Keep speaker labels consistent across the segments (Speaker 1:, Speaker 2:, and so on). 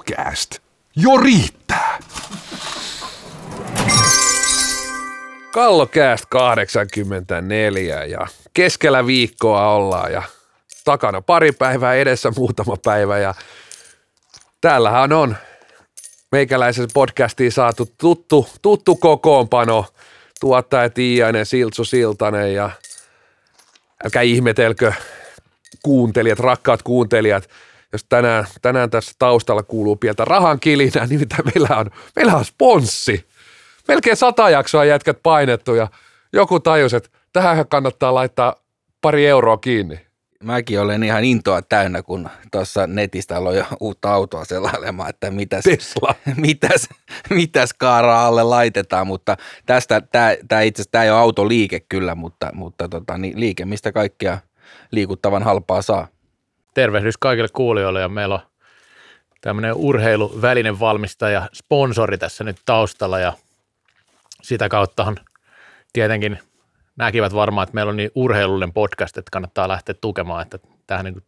Speaker 1: Kallokääst. Jo riittää! Kallokääst 84 ja keskellä viikkoa ollaan ja takana pari päivää, edessä muutama päivä ja täällähän on meikäläisessä podcastiin saatu tuttu kokoonpano, tuottaja Tiiainen, Siltsu Siltanen ja älkää ihmetelkö kuuntelijat, rakkaat kuuntelijat, jos tänään tässä taustalla kuuluu pientä rahan kilinää, niin meillä on sponssi. Melkein 100 jaksoa jätkät painettu ja joku tajusi, että tähän kannattaa laittaa pari euroa kiinni.
Speaker 2: Mäkin olen ihan intoa täynnä, kun tuossa netistä aloin jo uutta autoa selailemaan, että mitäs kaaraa alle laitetaan, mutta tästä tämä itse asiassa ei ole autoliike kyllä, mutta niin liike, mistä kaikkea liikuttavan halpaa saa.
Speaker 3: Tervehdys kaikille kuulijoille ja meillä on tämmöinen urheiluvälinen valmistaja, sponsori tässä nyt taustalla ja sitä kauttahan tietenkin näkivät varmaan, että meillä on niin urheilullinen podcast, että kannattaa lähteä tukemaan, että tämähän niin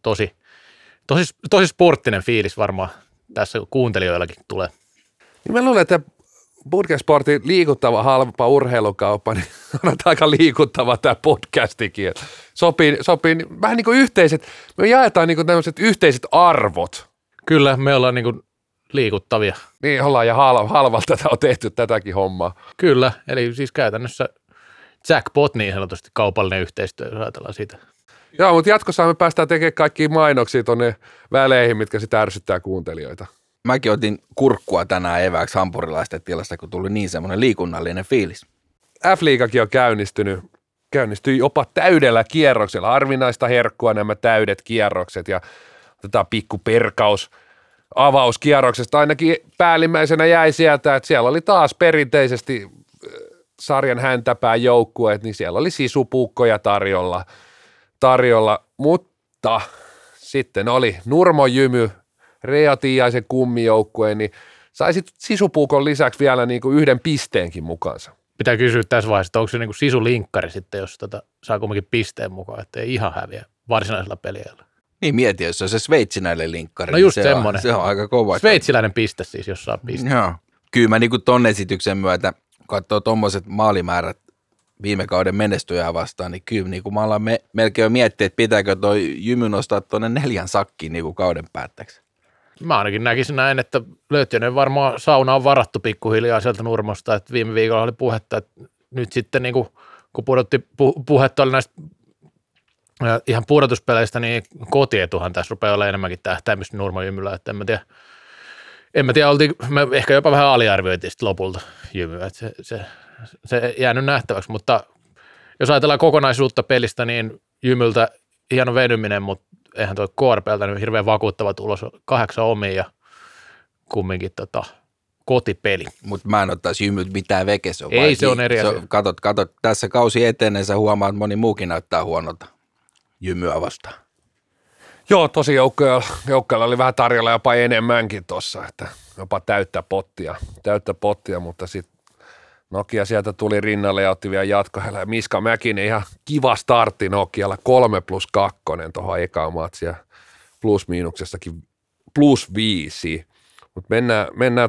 Speaker 3: tosi sporttinen fiilis varmaan tässä kuuntelijoillakin tulee.
Speaker 1: Niin mä luulen, että Budget Sportin liikuttava halpa urheilukauppa, niin on aika liikuttava tämä podcastikin. Sopii vähän niin kuin yhteiset, me jaetaan niin kuin tämmöiset yhteiset arvot.
Speaker 3: Kyllä, me ollaan niin kuin liikuttavia.
Speaker 1: Niin ollaan ja halvalta tätä on tehty tätäkin hommaa.
Speaker 3: Kyllä, eli siis käytännössä jackpot niin sanotusti kaupallinen yhteistyö, jos ajatellaan sitä.
Speaker 1: Joo, mutta jatkossa me päästään tekemään kaikkia mainoksia tuonne väleihin, mitkä sitä ärsyttää kuuntelijoita.
Speaker 2: Mäkin otin kurkkua tänään evääksi hampurilaisten tilasta, kun tuli niin semmoinen liikunnallinen fiilis.
Speaker 1: F-liigakin on käynnistyi jopa täydellä kierroksella. Harvinaista herkkua nämä täydet kierrokset ja otetaan pikku perkaus avauskierroksesta. Ainakin päällimmäisenä jäi sieltä, että siellä oli taas perinteisesti sarjan häntäpään joukkueet, niin siellä oli sisupuukkoja tarjolla, mutta sitten oli Nurmo Jymy, Rea Tiiaisen kummijoukkueen, niin sai sitten sisupuukon lisäksi vielä niin kuin 1 pisteenkin mukaansa.
Speaker 3: Pitää kysyä tässä vaiheessa, että onko se niin kuin sisulinkkari sitten, jos saa kumminkin pisteen mukaan, ettei ihan häviä varsinaisella peliajalla.
Speaker 2: Niin mieti, jos se on se sveitsiläinen linkkari.
Speaker 3: No just semmoinen.
Speaker 2: Se on aika kova.
Speaker 3: Sveitsiläinen piste siis, jos saa pisteen.
Speaker 2: Joo. Kyllä mä niin kuin ton esityksen myötä, kun katsoo tommoset maalimäärät viime kauden menestyjää vastaan, niin kyllä niin kuin mä alan melkein jo miettiä, että pitääkö toi Jymy nostaa tuonne 4 sakkiin niin kuin kauden päättäksi. Mä
Speaker 3: ainakin näkisin näin, että Löytjönen varmaan sauna on varattu pikkuhiljaa sieltä Nurmosta, että viime viikolla oli puhetta, että nyt sitten niin kuin, kun puhetta oli näistä ihan pudotuspeleistä, niin kotietuhan tässä rupeaa olla enemmänkin tähtäimistä Nurmo Jymyllä, että en mä tiedä, me ehkä jopa vähän aliarvioitiin sitten lopulta Jymyä, että se jäänyt nähtäväksi, mutta jos ajatellaan kokonaisuutta pelistä, niin Jymyltä hieno venyminen, mutta eihän tuo KRP:ltä nyt hirveän vakuuttava tulos, 8 omia ja kumminkin kotipeli.
Speaker 2: Mutta mä en ottaisi Jymyltä mitään veke,
Speaker 3: ei, se on eri asia.
Speaker 2: Katot, tässä kausi etenee, sä huomaat, että moni muukin näyttää huonolta Jymyä vastaan.
Speaker 1: Joo, tosi joukkoilla oli vähän tarjolla jopa enemmänkin tuossa, että jopa täyttä pottia, mutta sitten Nokia sieltä tuli rinnalle ja otti vielä jatkoheillä. Ja Miska Mäkinen ihan kiva startti Nokialla, 3+2 tuohon ekaan matsia, plus-miinuksessakin +5. Mutta mennään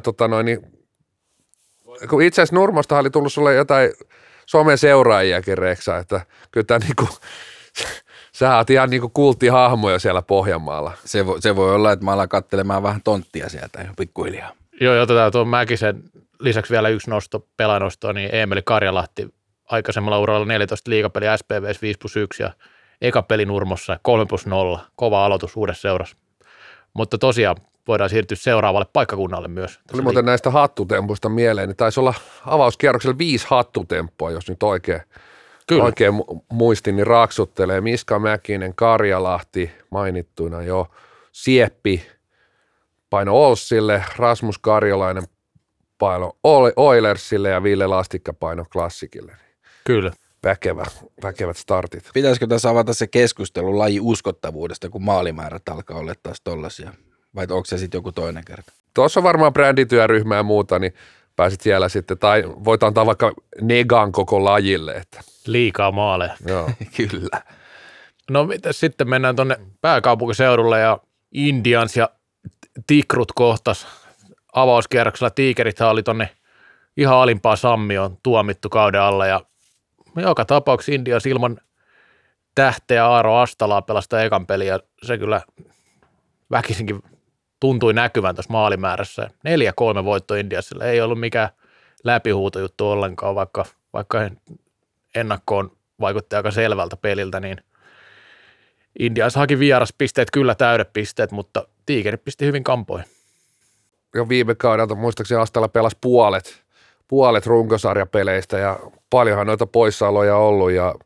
Speaker 1: kun itse asiassa Nurmosta oli tullut sulle jotain somen seuraajiakin Reksa, että kyllä tämä niinku, sä oot ihan niinku kulttihahmoja siellä Pohjanmaalla.
Speaker 2: Se voi olla, että mä alan katselemaan vähän tonttia sieltä jo pikkuhiljaa.
Speaker 3: Joo, otetaan tuon Mäkisen lisäksi vielä yksi pelanosto, niin Eemeli Karjalahti aikaisemmalla uralla 14 liigapeli SPVs 5+1 ja eka peli Nurmossa 3+0, kova aloitus uudessa seurassa. Mutta tosiaan voidaan siirtyä seuraavalle paikkakunnalle myös.
Speaker 1: Tuli muuten näistä hattutempuista mieleen, niin taisi olla avauskierroksella 5 hattutemppua, jos nyt oikein muistin, niin raksuttelee Miska Mäkinen, Karjalahti mainittuina jo, Sieppi paino Olssille, Rasmus Karjolainen paino Oilersille ja Ville Lastikka paino Klassikille.
Speaker 3: Kyllä.
Speaker 1: Väkevät startit.
Speaker 2: Pitäisikö tässä avata se keskustelu laji uskottavuudesta, kun maalimäärät alkaa olla taas tollaisia? Vai onko se sitten joku toinen kerta?
Speaker 1: Tuossa on varmaan brändityöryhmä ja muuta, niin pääsit siellä sitten, tai voit antaa vaikka negan koko lajille. Että.
Speaker 3: Liikaa maaleja.
Speaker 1: Joo.
Speaker 2: Kyllä.
Speaker 3: No sitten mennään tuonne pääkaupunkiseudulle ja Indians ja Tikrut kohtas avauskierroksella Tigerithan oli tonne ihan alimpaa sammioon tuomittu kauden alla ja joka tapauksessa Indians ilman tähteä Aaro Astalaa pelasta ekan peli ja se kyllä väkisinkin tuntui näkyvän tuossa maalimäärässä. 4-3 voitto Indiansille, ei ollut mikään läpihuutojuttu ollenkaan, vaikka ennakkoon vaikutti aika selvältä peliltä, niin Indians haki vieraspisteet, kyllä täydepisteet, mutta Tigerit pisti hyvin kampoihin.
Speaker 1: Jo viime kaudelta muistaakseni Astala pelasi puolet runkosarjapeleistä ja paljonhan noita poissaoloja ollut ja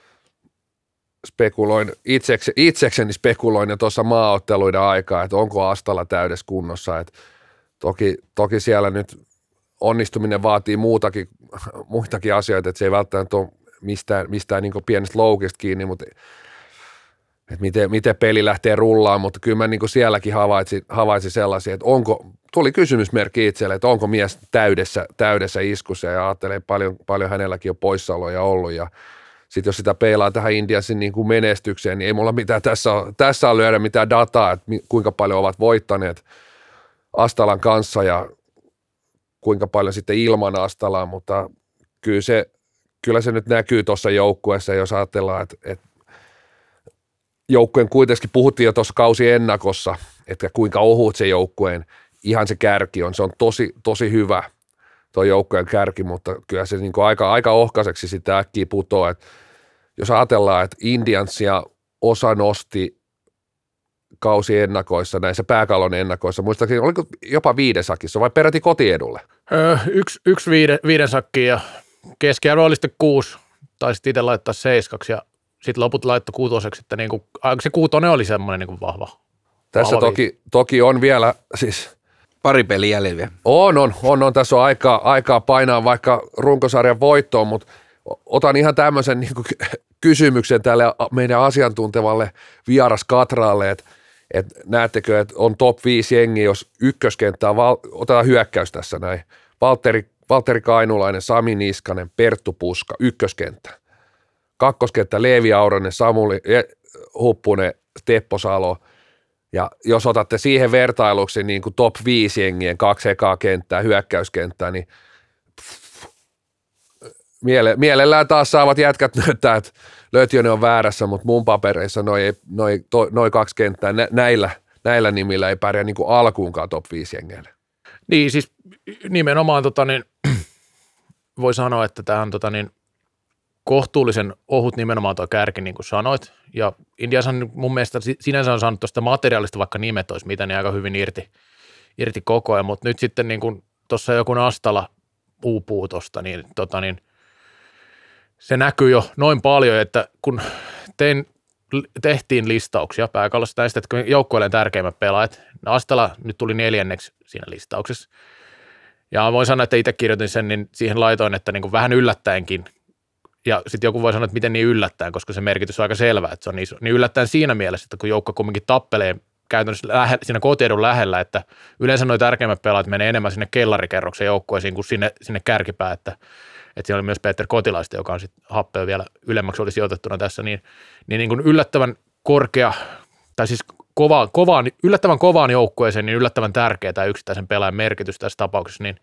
Speaker 1: itsekseni spekuloin jo tuossa maaotteluiden aikaa, että onko Astala täydessä kunnossa, että toki siellä nyt onnistuminen vaatii muitakin asioita, että se ei välttämättä ole mistään niin pienestä loukista kiinni, mutta että miten peli lähtee rullaan, mutta kyllä mä niin sielläkin havaitsin sellaisia, että tuli kysymysmerkki itselle, että onko mies täydessä iskussa ja ajattelee paljon hänelläkin on poissaoloja ollut ja sitten jos sitä peilaa tähän Indiansin niin kuin menestykseen, niin ei mulla mitään tässä on lyödä mitään dataa, että kuinka paljon ovat voittaneet Astalan kanssa ja kuinka paljon sitten ilman Astalaa, mutta kyllä se nyt näkyy tuossa joukkueessa, jos ajatellaan, että joukkueen kuitenkin puhuttiin jo tuossa kausiennakossa, että kuinka ohut se joukkueen ihan se kärki on. Se on tosi hyvä tuo joukkueen kärki, mutta kyllä se niin kuin aika ohkaiseksi sitä äkkiä putoaa. Että jos ajatellaan, että Indiansia osa nosti kausiennakoissa, näissä pääkallon ennakoissa, muistaakseni oliko jopa 5 sakissa vai peräti kotiedulle?
Speaker 3: Yksi 5 sakki ja keskiarvo oli sitten 6, taisit itse laittaa 7 ja sitten loput laittoi 6, että niinku, se 6 oli semmoinen niinku vahva.
Speaker 1: Tässä toki on vielä siis
Speaker 2: pari peliä jäljellä.
Speaker 1: On. Tässä on aikaa painaa vaikka runkosarjan voittoon, mutta otan ihan tämmöisen niin kysymyksen tälle meidän asiantuntevalle vieraskatraalle, että näettekö, että on top 5 jengi, jos ykköskenttää, otetaan hyökkäys tässä näin, Valtteri Kainulainen, Sami Niskanen, Perttu Puska, ykköskenttä. Kakkoskenttä Leevi Auronen, Samuli Huppunen, Teppo Salo. Ja jos otatte siihen vertailuksi niin kuin top 5 jengien 2 ekaa kenttää, hyökkäyskenttää, niin mielellään taas saavat jätkät näyttää, että Lötjönen on väärässä, mutta mun papereissa noi 2 kenttää näillä nimillä ei pärjää niin kuin alkuunkaan top 5 jengeille.
Speaker 3: Niin siis nimenomaan voi sanoa, että tämä on kohtuullisen ohut nimenomaan tuo kärki, niin kuin sanoit, ja Indiasan mun mielestä sinänsä on saanut tuosta materiaalista, vaikka nimet olisi mitä, niin aika hyvin irti koko ajan, mutta nyt sitten niin kuin tuossa joku Astala uupuu tuosta, niin, se näkyy jo noin paljon, että kun tehtiin listauksia pääkallossa näistä, että joukkueelle tärkeimmät pelaajat, Astala nyt tuli 4. siinä listauksessa, ja voin sanoa, että itse kirjoitin sen, niin siihen laitoin, että niin kuin vähän yllättäenkin. Ja sitten joku voi sanoa, että miten niin yllättäen, koska se merkitys on aika selvä, että se on niin yllättäen siinä mielessä, että kun joukko kumminkin tappelee käytännössä siinä kotiedun lähellä, että yleensä nuo tärkeimmät pelaajat menee enemmän sinne kellarikerroksen joukkueisiin kuin sinne kärkipään, että siinä oli myös Peter Kotilaista, joka on sitten happea vielä ylemmäksi oli sijoitettuna tässä, niin kuin yllättävän korkea, tai siis yllättävän kovaan joukkueeseen, niin yllättävän tärkeä tämä yksittäisen pelaajan merkitys tässä tapauksessa, niin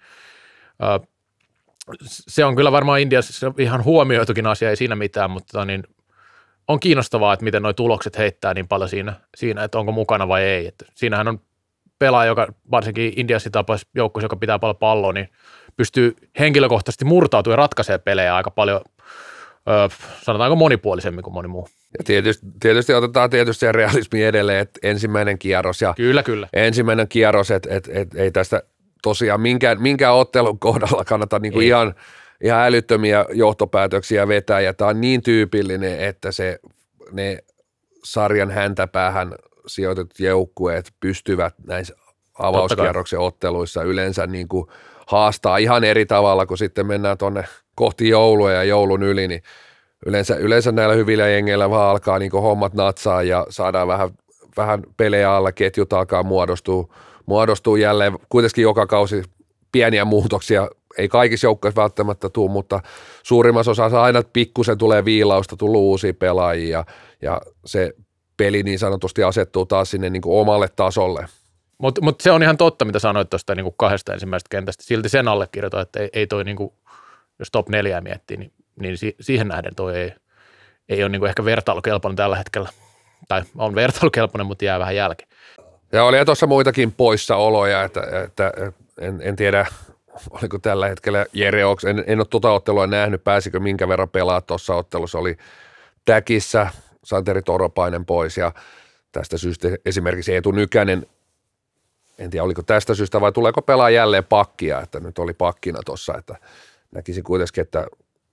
Speaker 3: se on kyllä varmaan Indiassa ihan huomioitukin asia, ei siinä mitään, mutta niin on kiinnostavaa, että miten nuo tulokset heittää niin paljon siinä, että onko mukana vai ei. Että siinähän on pelaaja, joka varsinkin Indiassa tapaisessa joukkueessa, joka pitää paljon palloa, niin pystyy henkilökohtaisesti murtautumaan ja ratkaisee pelejä aika paljon, sanotaanko monipuolisemmin kuin moni muu.
Speaker 1: Ja tietysti otetaan se realismi edelleen, että ensimmäinen kierros ja
Speaker 3: Kyllä.
Speaker 1: Ensimmäinen kierros, että ei tästä tosiaan minkään ottelun kohdalla kannata niinku ihan älyttömiä johtopäätöksiä vetää, ja tämä on niin tyypillinen, että ne sarjan häntäpäähän sijoitetut joukkueet pystyvät näissä avauskierroksen otteluissa yleensä niinku haastaa ihan eri tavalla, kun sitten mennään tuonne kohti joulua ja joulun yli, niin yleensä näillä hyvillä jengeillä vaan alkaa niinku hommat natsaa ja saadaan vähän pelejä alla, ketjut alkaa muodostuu jälleen, kuitenkin joka kausi pieniä muutoksia, ei kaikissa joukkoissa välttämättä tule, mutta suurimmassa osassa aina pikkusen tulee viilausta, tullut uusia pelaajia ja se peli niin sanotusti asettuu taas sinne niin kuin omalle tasolle.
Speaker 3: Mutta se on ihan totta, mitä sanoit tuosta niin 2 ensimmäisestä kentästä. Silti sen allekirjoitan, että ei toi, niin kuin, jos top 4 miettii, niin siihen nähden toi ei ole niin kuin ehkä vertailukelpoinen tällä hetkellä. Tai on vertailukelpoinen, mutta jää vähän jälkeen.
Speaker 1: Ja oli tuossa muitakin poissaoloja, että en tiedä, oliko tällä hetkellä Jere Oks, en ole tuota ottelua nähnyt, pääsikö minkä verran pelaa tuossa ottelussa, oli Täkissä, Santeri Toropainen pois ja tästä syystä esimerkiksi Eetu Nykänen, en tiedä oliko tästä syystä vai tuleeko pelaa jälleen pakkia, että nyt oli pakkina tuossa, että näkisin kuitenkin, että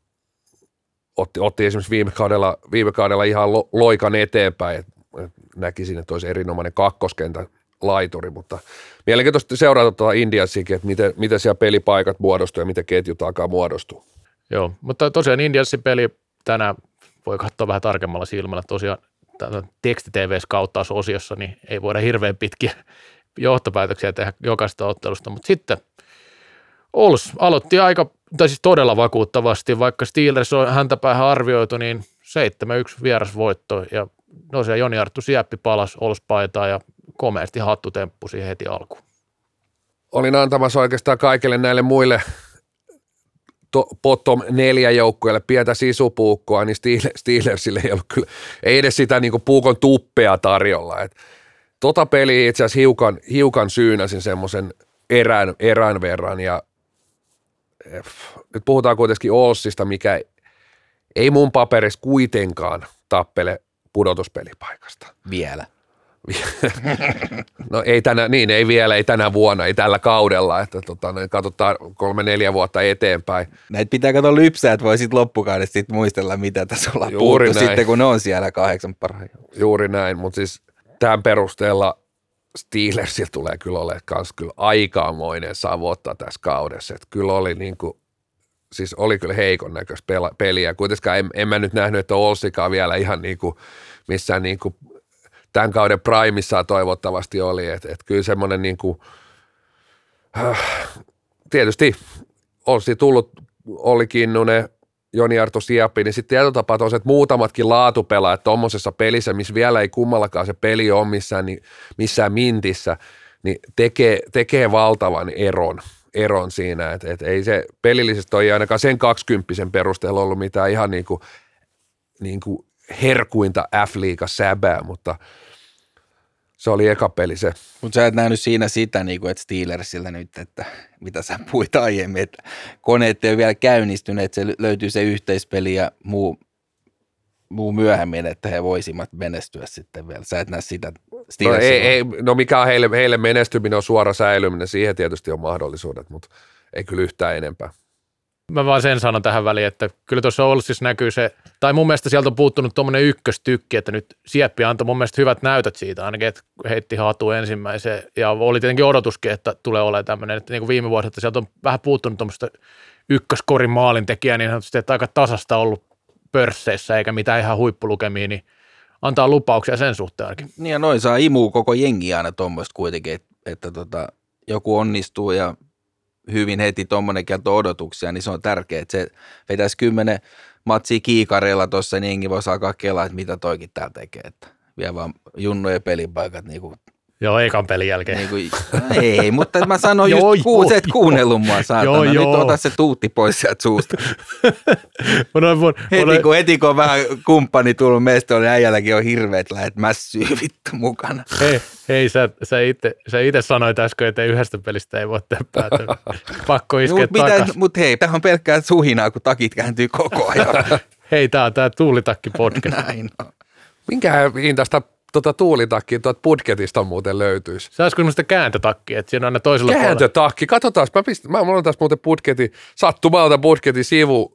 Speaker 1: otti esimerkiksi viime kaudella ihan loikan eteenpäin, että näkisin, että olisi erinomainen kakkoskentän laituri, mutta mielenkiintoista seurata tuota Indiansikin, että miten siellä pelipaikat muodostuu ja miten ketjut alkaa muodostua.
Speaker 3: Joo, mutta tosiaan Indiansin peli tänään voi katsoa vähän tarkemmalla silmällä. Tosiaan teksti-TV-skauttausosiossa niin ei voida hirveän pitkiä johtopäätöksiä tehdä jokaisesta ottelusta, mutta sitten Ols aloitti todella vakuuttavasti, vaikka Steelers on häntä päähän arvioitu, niin 7-1 vierasvoitto ja tosiaan Joni Arttu Sieppi palasi Ols-paitaan ja komeasti hattutemppu siihen heti alkuun.
Speaker 1: Olin antamassa oikeastaan kaikille näille muille bottom 4 joukkueille pientä sisupuukkoa, niin Steelersille ei ollut kyllä, ei edes sitä niin kuin puukon tuppea tarjolla. Tota peliä itse asiassa hiukan syynäsin semmoisen erän verran ja nyt puhutaan kuitenkin Olssista, mikä ei mun paperissa kuitenkaan tappele pudotuspelipaikasta.
Speaker 2: Vielä.
Speaker 1: No ei vielä, ei tänä vuonna, ei tällä kaudella, että katsotaan 3-4 vuotta eteenpäin.
Speaker 2: Näitä pitää katsoa lypsää, että voi sitten loppukaudesta sit muistella, mitä tässä ollaan puhuttu sitten, kun ne on siellä 8 parhailla.
Speaker 1: Juuri näin, mutta siis tämän perusteella Steelersillä tulee kyllä olemaan kans kyllä aikamoinen savotta tässä kaudessa, että kyllä oli niinku, siis oli kyllä heikon näköistä peliä, kuitenkaan en mä nyt nähnyt, että Olssikaan vielä ihan niinku missään niinku tämän kauden primissaan toivottavasti oli, että kyllä semmoinen niinku, tietysti Olssi tullut, Olli Kinnunen, Joni Arto Sieppi, niin sitten tietyllä tapaa tosiaan, että muutamatkin laatupelaajat tuommoisessa pelissä, missä vielä ei kummallakaan se peli ole missään mintissä, niin tekee valtavan eron siinä, että ei se pelillisesti ole ainakaan sen 20 perusteella ollut mitään ihan niin kuin herkuinta F-liiga säbää, mutta se oli eka peli se.
Speaker 2: Mutta sä et nähnyt siinä sitä, että Steelersillä nyt, että mitä sä puhuit aiemmin, että koneet ei ole vielä käynnistyneet, että se löytyy se yhteispeli ja muu myöhemmin, että he voisivat menestyä sitten vielä. Sä et näe sitä Steelersillä.
Speaker 1: No mikä on heille menestyminen on suora säilyminen, siihen tietysti on mahdollisuudet, mutta ei kyllä yhtään enempää.
Speaker 3: Mä vaan sen sanon tähän väliin, että kyllä tuossa Olssissa näkyy se, tai mun mielestä sieltä on puuttunut tuommoinen ykköstykki, että nyt Sieppi antoi mun mielestä hyvät näytöt siitä, ainakin että heitti hatuun ensimmäiseen, ja oli tietenkin odotuskin, että tulee olemaan tämmöinen, että niin kuin viime vuosi, että sieltä on vähän puuttunut tuommoista ykköskorin maalintekijää, niin sanotusti, että aika tasasta ollut pörsseissä, eikä mitään ihan huippulukemia, niin antaa lupauksia sen suhteen ainakin.
Speaker 2: Niin ja noin saa imua koko jengi aina tuommoista kuitenkin, että joku onnistuu ja hyvin heti tuommoinen kertoo odotuksia, niin se on tärkeää, että se vetäisi 10 matsia kiikareilla tuossa, niin jengi voisi alkaa kelaa, että mitä toikin täällä tekee, että vie vaan junnojen pelipaikat niin kuin.
Speaker 3: Joo, ekan pelin jälkeen.
Speaker 2: Niin kuin, ei, mutta mä sanoin just, et kuunnellut mua, saatana. Nyt ota se tuutti pois sieltä suusta. Heti kun on vähän kumppani tullut meistä, niin äijälläkin on hirveet lähet mässyy vittu mukana.
Speaker 3: Hei, sä itse sanoit äsken, että yhdestä pelistä ei voi tehdä päätä. Pakko iskeä takas.
Speaker 2: Mutta hei, tämä on pelkkää suhinaa, kun takit kääntyy koko ajan.
Speaker 3: Hei, tää on tää Tuulitakki podcast.
Speaker 2: Näin on.
Speaker 1: Minkä hintaista tuulitakkiä tuolta budgetista muuten löytyisi?
Speaker 3: Se olisiko semmoista kääntötakkia, että siinä on aina toisella puolella.
Speaker 1: Kääntötakki, katsotaan, mulla on taas muuten sattumalta budgetin sivu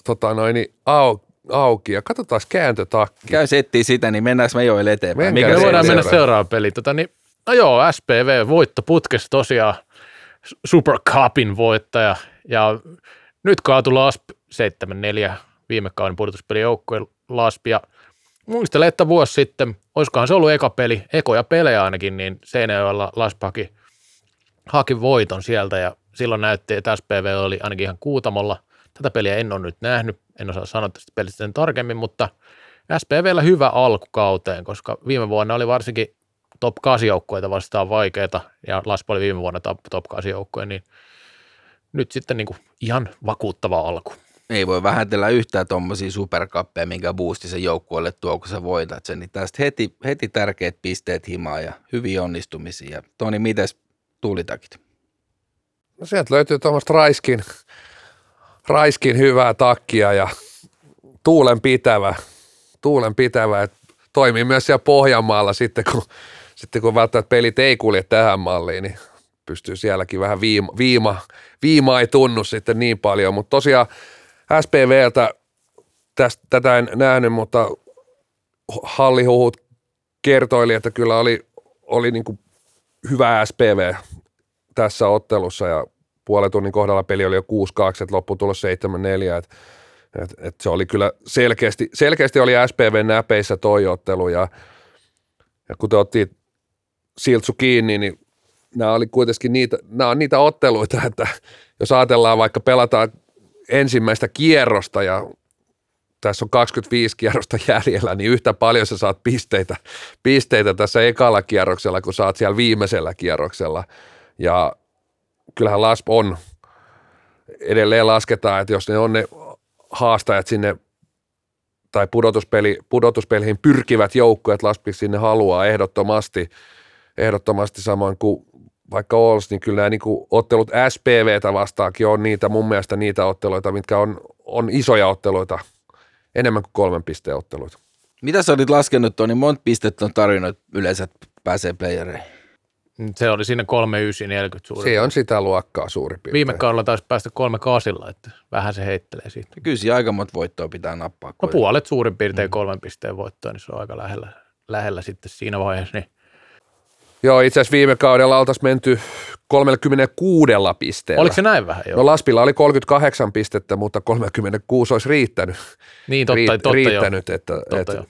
Speaker 1: auki ja katsotaan kääntötakki.
Speaker 2: Käy settiin sitä, niin mennäänkö me joille eteenpäin?
Speaker 3: Me voidaan mennä seuraavaan peliin. No joo, SPV voitto putkessa tosiaan Super Cupin voittaja ja nyt kaatui LASP 7-4 viime kauden pudotuspelijoukkueen LASP ja muistelen, että vuosi sitten, olisikohan se ollut eka peli, ekoja pelejä ainakin, niin Seinäjoella LASP haki voiton sieltä ja silloin näytti, että SPV oli ainakin ihan Kuutamolla. Tätä peliä en ole nyt nähnyt, en osaa sanoa tästä pelistä sen tarkemmin, mutta SPVllä hyvä alku kauteen, koska viime vuonna oli varsinkin top 8 joukkueita vastaan vaikeita, ja Laspo oli viime vuonna top 8 joukkueen, niin nyt sitten niin kuin ihan vakuuttava alku.
Speaker 2: Ei voi vähätellä yhtään tuommoisia superkappeja, minkä boosti sen joukkueelle tuo, kun sä voitat sen. Niin tästä heti tärkeät pisteet himaa ja hyviä onnistumisia. Ja Toni, mites tuulitakit?
Speaker 1: No sieltä löytyy tuommoista raiskin hyvää takkia ja tuulen pitävä, että toimii myös siellä Pohjanmaalla sitten kun välttämättä pelit ei kulje tähän malliin, niin pystyy sielläkin vähän viima ei tunnu sitten niin paljon, mutta tosiaan SPVltä tätä en nähnyt, mutta hallihuhut kertoili, että kyllä oli niin kuin hyvä SPV tässä ottelussa ja puolen tunnin kohdalla peli oli jo 6-2, että lopputulos 7-4, että se oli kyllä selkeästi oli SPV näpeissä toi ottelu ja kun te otti Siltsu kiinni, niin nämä oli kuitenkin niitä otteluita, että jos ajatellaan vaikka pelataan ensimmäistä kierrosta ja tässä on 25 kierrosta jäljellä, niin yhtä paljon sä saat pisteitä tässä ekalla kierroksella, kun saat siellä viimeisellä kierroksella. Ja kyllähän LASP on, edelleen lasketaan, että jos ne on ne haastajat sinne tai pudotuspeliin pyrkivät joukkueet, LASP sinne haluaa ehdottomasti samoin kuin vaikka Ols, niin kyllä nämä niin kuin ottelut SPVtä vastaakin on mun mielestä niitä otteluita, mitkä on isoja otteluita, enemmän kuin 3 pisteen otteluita.
Speaker 2: Mitä sä olit laskenut tuon, niin monta pistettä on tarjonnut yleensä, että pääsee playereihin?
Speaker 3: Se oli siinä 3,940 suurin.
Speaker 1: Se on sitä luokkaa suurin piirtein.
Speaker 3: Viime kaudella taisi päästä 3,8, että vähän se heittelee siitä.
Speaker 2: Kyllä siinä aika monta voittoa pitää nappaa.
Speaker 3: No puolet suurin piirtein 3 pisteen voittoa, niin se on aika lähellä sitten siinä vaiheessa. Niin.
Speaker 1: Joo, itse asiassa viime kaudella oltaisiin menty 36 pisteellä.
Speaker 3: Oliko se näin vähän? Joo.
Speaker 1: No Laspilla oli 38 pistettä, mutta 36 olisi riittänyt.
Speaker 3: Niin, totta
Speaker 1: riittänyt,
Speaker 3: jo.
Speaker 1: että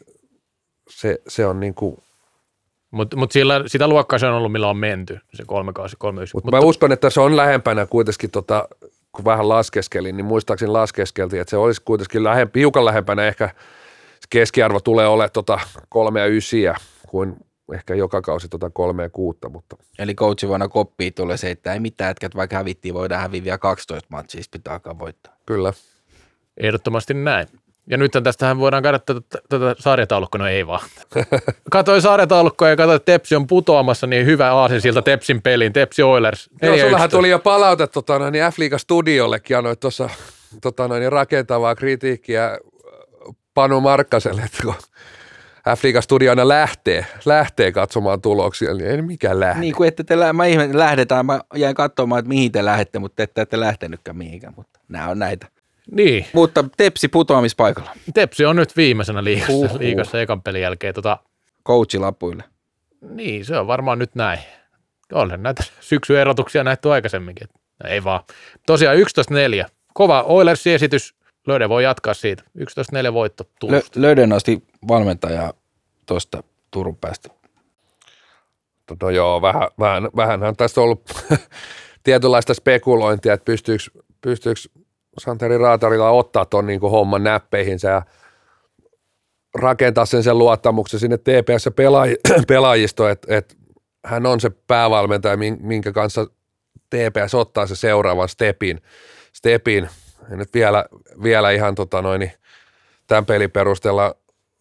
Speaker 1: se on niin kuin...
Speaker 3: Mutta sitä luokkaa se on ollut, millä on menty, se 3,8.
Speaker 1: Mutta mä uskon, että se on lähempänä kuitenkin, kun vähän laskeskelin, niin muistaakseni laskeskeltiin, että se olisi kuitenkin hiukan lähempänä ehkä keskiarvo tulee olemaan 3 ja 9 kuin ehkä joka kausi 3 ja 6, mutta...
Speaker 2: Eli coachivuonna koppii tulee se, että ei mitään jätkät, vaikka hävittiin, voidaan häviä vielä 12 matsia, pitää alkaa voittaa.
Speaker 1: Kyllä.
Speaker 3: Ehdottomasti näin. Ja nyt tästähän voidaan käydä tätä sarjataulukkoa, no ei vaan. Katoin sarjataulukkoa ja katsoin, että Tepsi on putoamassa, niin hyvä aasin siltä Tepsin peliin, Tepsi Oilers.
Speaker 1: Joo, sullahan tuli jo palaute F-liiga Studiollekin, annoit tuossa rakentavaa kritiikkiä Panu Markkaselle, että kun F-liiga Studio aina lähtee katsomaan tuloksia, niin ei mikään lähde.
Speaker 2: Niin kuin lähdetään, mä jäin katsomaan, että mihin te lähdette, mutta ette lähtenytkään mihinkään, mutta nämä on näitä.
Speaker 3: Niin.
Speaker 2: Mutta Tepsi putoamispaikalla.
Speaker 3: Tepsi on nyt viimeisenä liigassa ekan pelin jälkeen.
Speaker 2: Coachilapuille.
Speaker 3: Niin, se on varmaan nyt näin. Olen näitä syksyerotuksia nähty aikaisemminkin. No, ei vaan. Tosiaan 11-4. Kova Oilers-esitys. Löde voi jatkaa siitä. 11-4 voitto Turusta.
Speaker 2: Löde nosti valmentajaa tuosta Turun päästä.
Speaker 1: No joo, vähänhän tästä on ollut tietynlaista spekulointia, että pystyykö Santeri Raatarilla ottaa tuon niin kuin homman näppeihinsä ja rakentaa sen luottamuksen sinne TPS-pelaajistoon, että hän on se päävalmentaja, minkä kanssa TPS ottaa se seuraavan stepin. Ja nyt vielä ihan tämän pelin perusteella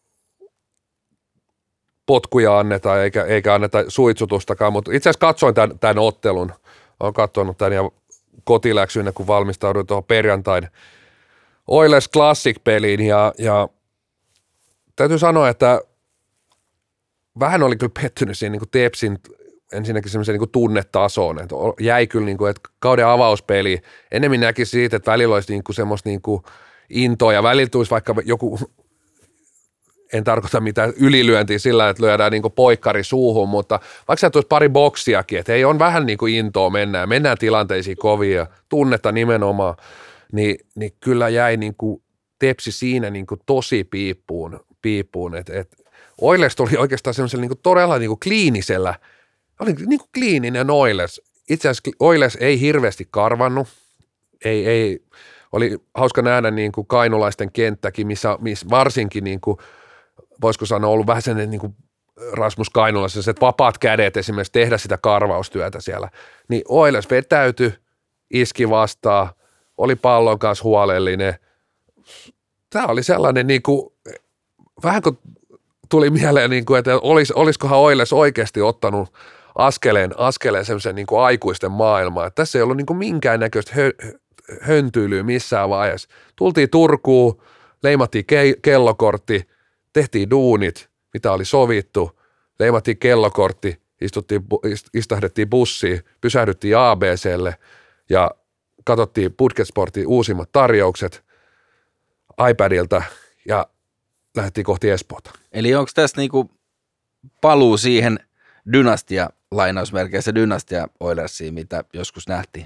Speaker 1: potkuja annetaan eikä anneta suitsutustakaan, mutta itse asiassa katsoin tämän ottelun. Olen katsonut tämän ja kotiläksynä, kun valmistauduin tuohon perjantain Oilers Classic-peliin ja täytyy sanoa, että vähän oli kyllä pettynyt siihen niin kuin Tepsin ensinnäkin semmoisen niin kuin tunnetasoon, että jäi kyllä niin kuin, että kauden avauspeli, enemmän näkisi siitä, että välillä olisi niin kuin semmoista niin kuin intoa ja välillä tulisi vaikka joku, en tarkoita mitään ylilyöntiä sillä, että lyödään niin kuin poikkari suuhun, mutta vaikka se tulisi pari boksiakin, että ei on vähän niin kuin intoa mennään tilanteisiin kovia ja tunnetta nimenomaan, niin kyllä jäi niin kuin Tepsi siinä niin kuin tosi piippuun, että Oilers tuli oikeastaan semmoisella niin kuin todella niin kuin kliinisellä, oli niin kuin kliininen Oilers. Itse asiassa Oilers ei hirveästi karvannut, ei oli hauska nähdä niin kuin kainulaisten kenttäkin, missä varsinkin niin kuin, voisiko sanoa ollut vähän sellainen niin kuin Rasmus Kainulassa, se vapaat kädet esimerkiksi tehdä sitä karvaustyötä siellä, niin Oilers vetäytyi, iski vastaan, oli pallon kanssa huolellinen. Tämä oli sellainen, niin kuin, vähän kuin tuli mieleen, niin kuin, että olisikohan Oilers oikeasti ottanut askeleen semmoisen niin kuin aikuisten maailmaan. Että tässä ei ollut niin kuin minkäännäköistä höntyilyä missään vaiheessa. Tultiin Turkuun, leimattiin kellokortti, tehtiin duunit, mitä oli sovittu, leimattiin kellokortti, istahdettiin bussiin, pysähdyttiin ABClle ja katsottiin Budgetsportin uusimmat tarjoukset iPadilta ja lähdettiin kohti Espoota.
Speaker 2: Eli onko tässä niinku paluu siihen dynastia-lainausmerkeissä dynastia Oilersiin, mitä joskus nähtiin?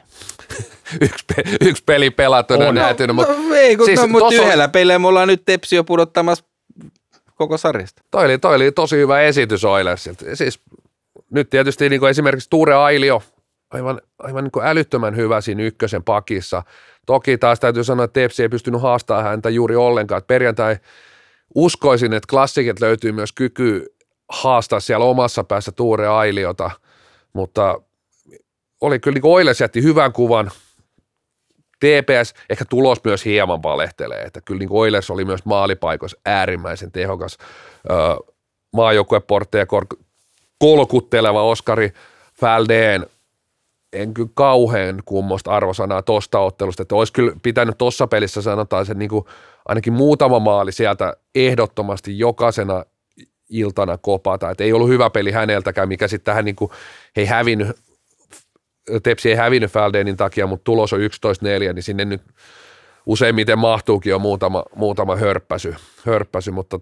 Speaker 1: yksi peli pelattuna nähtynyt.
Speaker 2: Mutta yhdellä pelillä me ollaan nyt Tepsi jo pudottamassa koko sarjasta.
Speaker 1: Toi oli tosi hyvä esitys Oilersilta. Siis nyt tietysti niin kuin esimerkiksi Ture Ailio, aivan niin kuin älyttömän hyvä siinä ykkösen pakissa. Toki taas täytyy sanoa, että Tepsi ei pystynyt haastamaan häntä juuri ollenkaan. Että perjantai uskoisin, että Klassikit löytyy myös kyky haastaa siellä omassa päässä Ture Ailiota, mutta oli kyllä niin kuin Oilers jätti hyvän kuvan. TPS ehkä tulos myös hieman valehtelee, että kyllä niin kuin Oilers oli myös maalipaikoissa äärimmäisen tehokas maajoukkueportteja kolkutteleva Oskari Fäldén. En kyllä kauhean kummosta arvosanaa tosta ottelusta, että olisi kyllä pitänyt tuossa pelissä sanotaan se niin kuin ainakin muutama maali sieltä ehdottomasti jokaisena iltana kopata, että ei ollut hyvä peli häneltäkään, mikä sitten tähän niin kuin ei hävinnyt, Tepsi ei hävinnyt Fäldénin takia, mutta tulos on 11-4, niin sinne nyt useimmiten mahtuukin jo muutama hörppäsy, mutta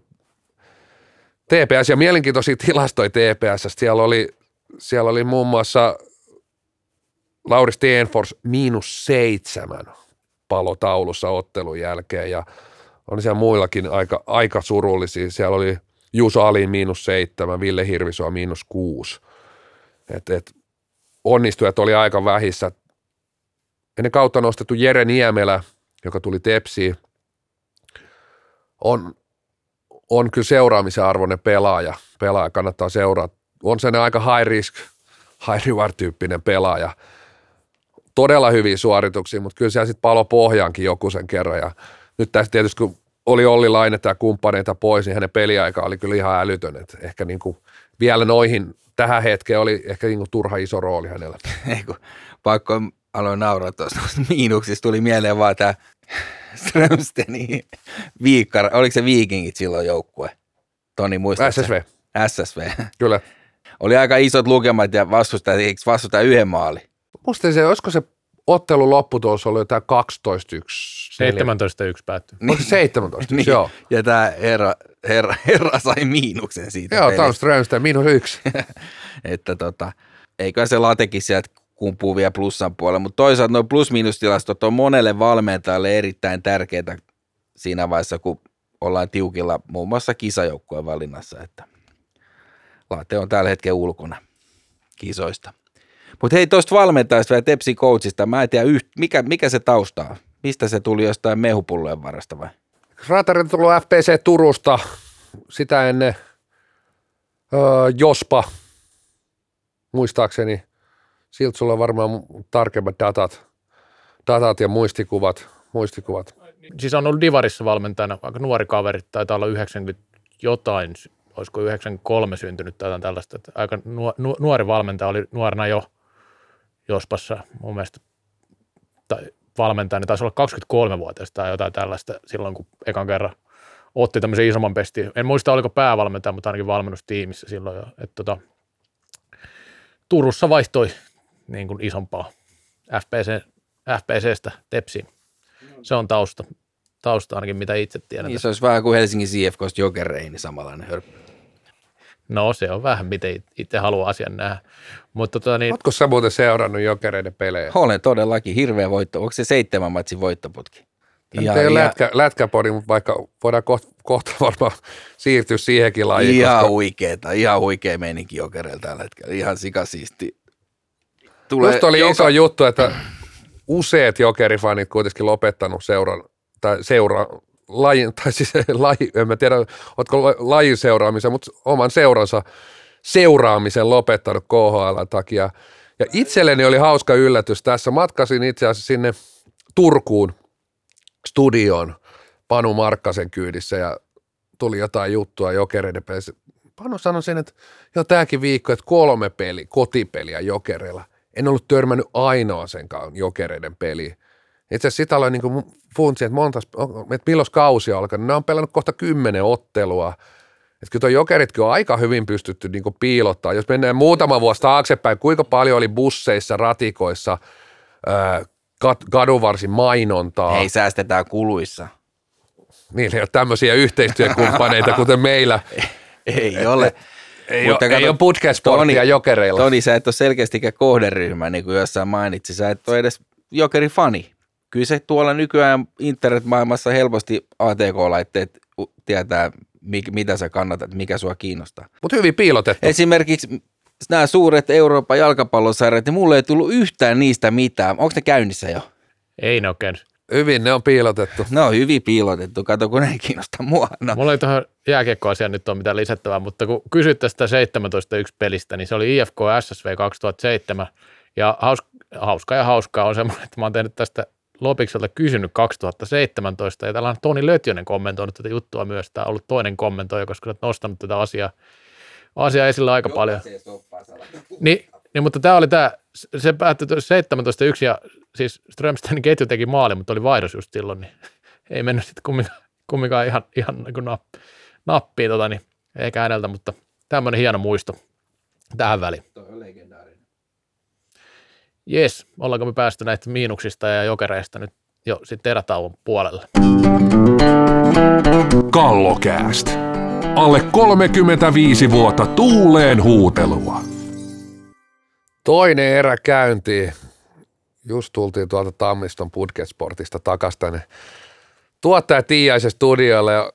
Speaker 1: TPS ja mielenkiintoisia tilastoja TPS, siellä oli muun muassa Lauri Stenfors -7 palotaulussa ottelun jälkeen ja oli siellä muillakin aika surullisia. Siellä oli Juuso Alin -7, Ville Hirvisoa -6. Et onnistujat oli aika vähissä. Ennen kautta nostettu Jere Niemelä, joka tuli Tepsiin, on kyllä seuraamisen arvoinen pelaaja kannattaa seurata. On sen aika high risk, high reward -tyyppinen pelaaja. Todella hyviä suorituksia, mutta kyllä siellä sitten palo pohjaankin joku sen kerran. Ja nyt tässä tietysti, kun oli Olli Lainetta ja kumppaneita pois, niin hänen peliaika oli kyllä ihan älytön. Et ehkä niinku vielä noihin tähän hetkeen oli ehkä niinku turha iso rooli hänellä.
Speaker 2: Pakko aloin nauraa tuosta miinuksista. Tuli mieleen vaan tämä Strömstenin viikkara. Oliko se Vikingit silloin joukkue? Toni, muistatko? SSV.
Speaker 1: Kyllä.
Speaker 2: Oli aika isot lukemat ja vastustaja yhden maali.
Speaker 1: Musta se, olisiko se ottelun lopputulos oli jotain 12-1.
Speaker 3: 17-1 päättyi.
Speaker 1: Onko se 17?
Speaker 2: Niin.
Speaker 1: Joo.
Speaker 2: Ja tämä herra sai miinuksen siitä.
Speaker 1: Joo, tämä on Strömsten -1.
Speaker 2: Että eikä se latekin sieltä kumpuu vielä plussan puolella, mutta toisaalta nuo plus-miinustilastot on monelle valmentajalle erittäin tärkeitä siinä vaiheessa, kun ollaan tiukilla muun muassa kisajoukkueen valinnassa, että late on tällä hetkellä ulkona kisoista. Mutta hei, tuosta valmentajasta ja Tepsi coachista, mä en tiedä, mikä se tausta on. Mistä se tuli, jostain mehupullojen varasta vai?
Speaker 1: Raatari on tullut FPC Turusta, sitä ennen Jospa, muistaakseni. Siltä sulla on varmaan tarkemmat datat ja muistikuvat.
Speaker 3: Siis on ollut Divarissa valmentajana, aika nuori kaveri, taitaa olla 90 jotain, olisiko 93 syntynyt tai tällaista. Että aika nuori valmentaja, oli nuorena jo Jospassa mun mielestä, tai valmentajana taisi olla 23-vuotias tai jotain tällaista silloin, kun ekan kerran otti tämmöisen isomman pestiin. En muista, oliko päävalmentaja, mutta ainakin valmennustiimissä silloin jo. Että Turussa vaihtoi niin kuin isompaa FPCstä Tepsiin. Se on tausta ainakin, mitä itse tiedän.
Speaker 2: Niin se olisi vähän kuin Helsingin CFK:sta Jokereihin, niin samanlainen hörppy.
Speaker 3: No se on vähän, miten itse haluaa asian nähdä. Mutta
Speaker 1: Oletko sä muuten seurannut Jokereiden pelejä?
Speaker 2: Olen todellakin, hirveä voitto. Onko se 7 matsin voittoputki?
Speaker 1: Tämä ei ole lätkäpodi, mutta vaikka voidaan kohta varmaan siirtyä siihenkin lajiin.
Speaker 2: Ihan huikea meininki Jokereilla tällä hetkellä. Ihan sikasiisti.
Speaker 1: Musta oli iso juttu, että useat Jokerifanit kuitenkin lopettanut en mä tiedä, ootko lajin seuraamisen, mutta oman seuransa seuraamisen lopettanut KHL takia. Ja itselleni oli hauska yllätys tässä. Matkasin itse asiassa sinne Turkuun studioon Panu Markkasen kyydissä ja tuli jotain juttua Jokereiden pelissä. Panu sanoi sen, että jo tämäkin viikko, että 3 kotipeliä Jokereilla. En ollut törmännyt ainoasenkaan Jokereiden peliin. Itse asiassa sitä aloin niin funtsia, että milloin kausi alkaa. Ne on pelannut kohta 10 ottelua. Että kyllä tuo Jokeritkin on aika hyvin pystytty niin piilottaa. Jos mennään muutama vuosi taaksepäin, kuinka paljon oli busseissa, ratikoissa, kadunvarsin mainontaa.
Speaker 2: Hei, säästetään kuluissa.
Speaker 1: Niillä ei ole tämmöisiä yhteistyökumppaneita kuten meillä.
Speaker 2: Ei ole.
Speaker 1: Ei ole podcast-sporttia Jokereilla.
Speaker 2: Toni, sä et ole selkeästikään kohderyhmä, niin kuin jossain mainitsi. Sä et ole edes Jokeri-fani. Kyllä se tuolla nykyään internetmaailmassa helposti ATK-laitteet tietää, mitä sä kannatat, mikä sua kiinnostaa.
Speaker 1: Mutta hyvin piilotettu.
Speaker 2: Esimerkiksi nämä suuret Euroopan jalkapallosarjat, niin mulle ei tullut yhtään niistä mitään. Onko ne käynnissä jo?
Speaker 3: Ei ne ole käynyt.
Speaker 1: Hyvin ne on piilotettu.
Speaker 2: Ne on hyvin piilotettu. Kato, kun ne ei kiinnosta mua. No.
Speaker 3: Mulla ei tuohon jääkiekkoasiaan nyt ole mitään lisättävää, mutta kun kysyt tästä 17.1 pelistä, niin se oli IFK SSV 2007. Ja hauskaa on semmoinen, että mä oon tehnyt tästä Lopikselta kysynyt 2017, ja täällä on Toni Lötjönen kommentoinut tätä juttua myös. Tämä on ollut toinen kommentoija, koska olet nostanut tätä asiaa esille aika paljon. Niin, mutta tämä oli se päättyi 17.1, ja siis Strömstenin ketju teki maali, mutta oli vaihdos just silloin, niin ei mennyt sitten kumminkaan ihan niin kuin nappiin, niin eikä häneltä, mutta tämmöinen hieno muisto tähän väliin.
Speaker 2: Toi on legendaarinen.
Speaker 3: Jes, ollaanko me päästy näistä miinuksista ja Jokereista nyt jo sitten erätauon puolelle?
Speaker 4: Kallokääst. Alle 35 vuotta tuuleen huutelua.
Speaker 1: Toinen erä käyntiin. Just tultiin tuolta Tammiston Podcast-sportista takaisin tänne tuottaja Tiiaisen studiolle ja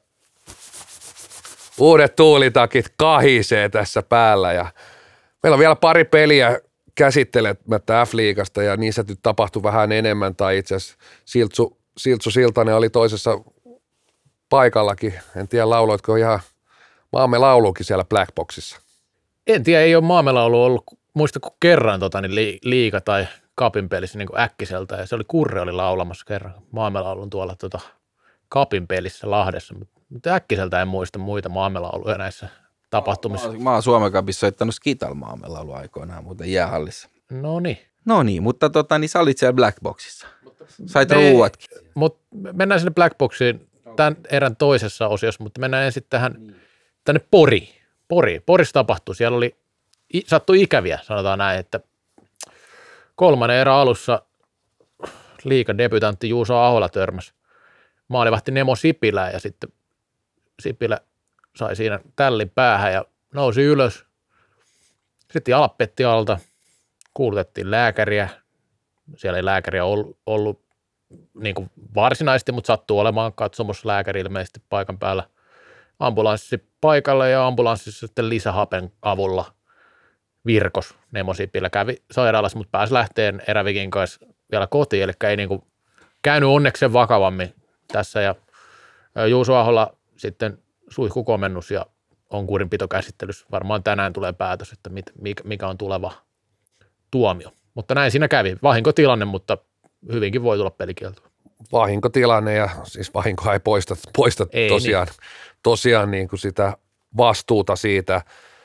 Speaker 1: uudet tuulitakit kahisee tässä päällä ja meillä on vielä pari peliä käsittelemättä F-liigasta ja niissä nyt tapahtui vähän enemmän tai itse asiassa Siltsu Siltanen oli toisessa paikallakin. En tiedä lauloitko ihan maamme lauluukin siellä Blackboxissa.
Speaker 3: En tiedä, ei ole maamme laulu ollut, muista kuin kerran niin liiga tai Kapin pelissä niin kuin äkkiseltä ja se oli Kurre oli laulamassa kerran maamme laulun tuolla Kapin pelissä Lahdessa, mutta äkkiseltä en muista muita maamme lauluja näissä tapahtumissa.
Speaker 2: Mä oon Suomen Cupissa soittanut Skital maamme laulu aikoinaan muuten jäähallissa.
Speaker 3: No
Speaker 2: niin, mutta niin sä olit siellä Blackboxissa. Sait ruuatkin.
Speaker 3: Mutta mennään sinne Blackboxiin tämän erän toisessa osiossa, mutta mennään ensin tänne Poriin. Porissa tapahtui. Siellä sattui ikäviä, sanotaan näin, että 3. erän alussa liigan debutantti Juuso Ahola törmäsi maalivahti Nemo Sipilään ja sitten Sipilä sai siinä tällin päähän ja nousi ylös. Sitten jalat petti alta, kuulutettiin lääkäriä. Siellä ei lääkäriä ollut niin kuin varsinaisesti, mutta sattuu olemaan katsomuslääkäri ilmeisesti paikan päällä. Ambulanssi paikalle ja ambulanssissa sitten lisähapen avulla virkos Nemo Sipilä kävi sairaalassa, mutta pääsi lähteen erävikin kanssa vielä kotiin, eli ei niin kuin käynyt onneksi sen vakavammin tässä. Ja Juuso Ahola sitten suihkukomennus ja on kurinpitokäsittelyssä. Varmaan tänään tulee päätös, että mikä on tuleva tuomio. Mutta näin siinä kävi. Vahinkotilanne, mutta hyvinkin voi tulla pelikielto.
Speaker 1: Vahinkotilanne ja siis vahinkoa ei poista ei, tosiaan niin kuin sitä vastuuta siitä.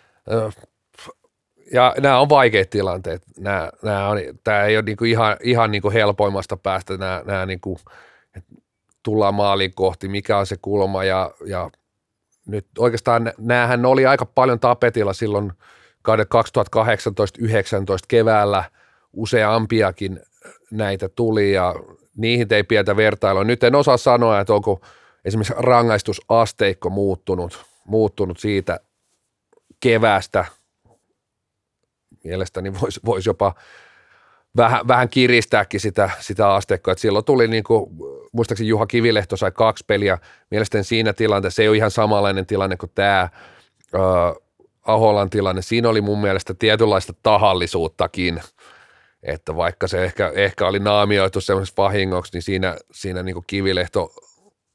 Speaker 1: Ja nämä on vaikeat tilanteet. Tämä ei ole niin kuin ihan niin kuin helpoimmasta päästä. Nämä niin kuin, tullaan maaliin kohti, mikä on se kulma ja nyt oikeastaan näähän oli aika paljon tapetilla silloin kauden 2018-19 keväällä useampiakin näitä tuli ja niihin ei pientä vertailua. Nyt en osaa sanoa, että onko esimerkiksi rangaistusasteikko muuttunut siitä keväästä. Mielestäni voisi jopa vähän kiristääkin sitä asteikkoa, että silloin tuli niin kuin, muistaakseni Juha Kivilehto sai 2 peliä, mielestäni siinä tilanteessa ei ole ihan samanlainen tilanne kuin tämä Aholan tilanne, siinä oli mun mielestä tietynlaista tahallisuuttakin, että vaikka se ehkä oli naamioitu semmoisessa vahingoksi, niin siinä niin kuin Kivilehto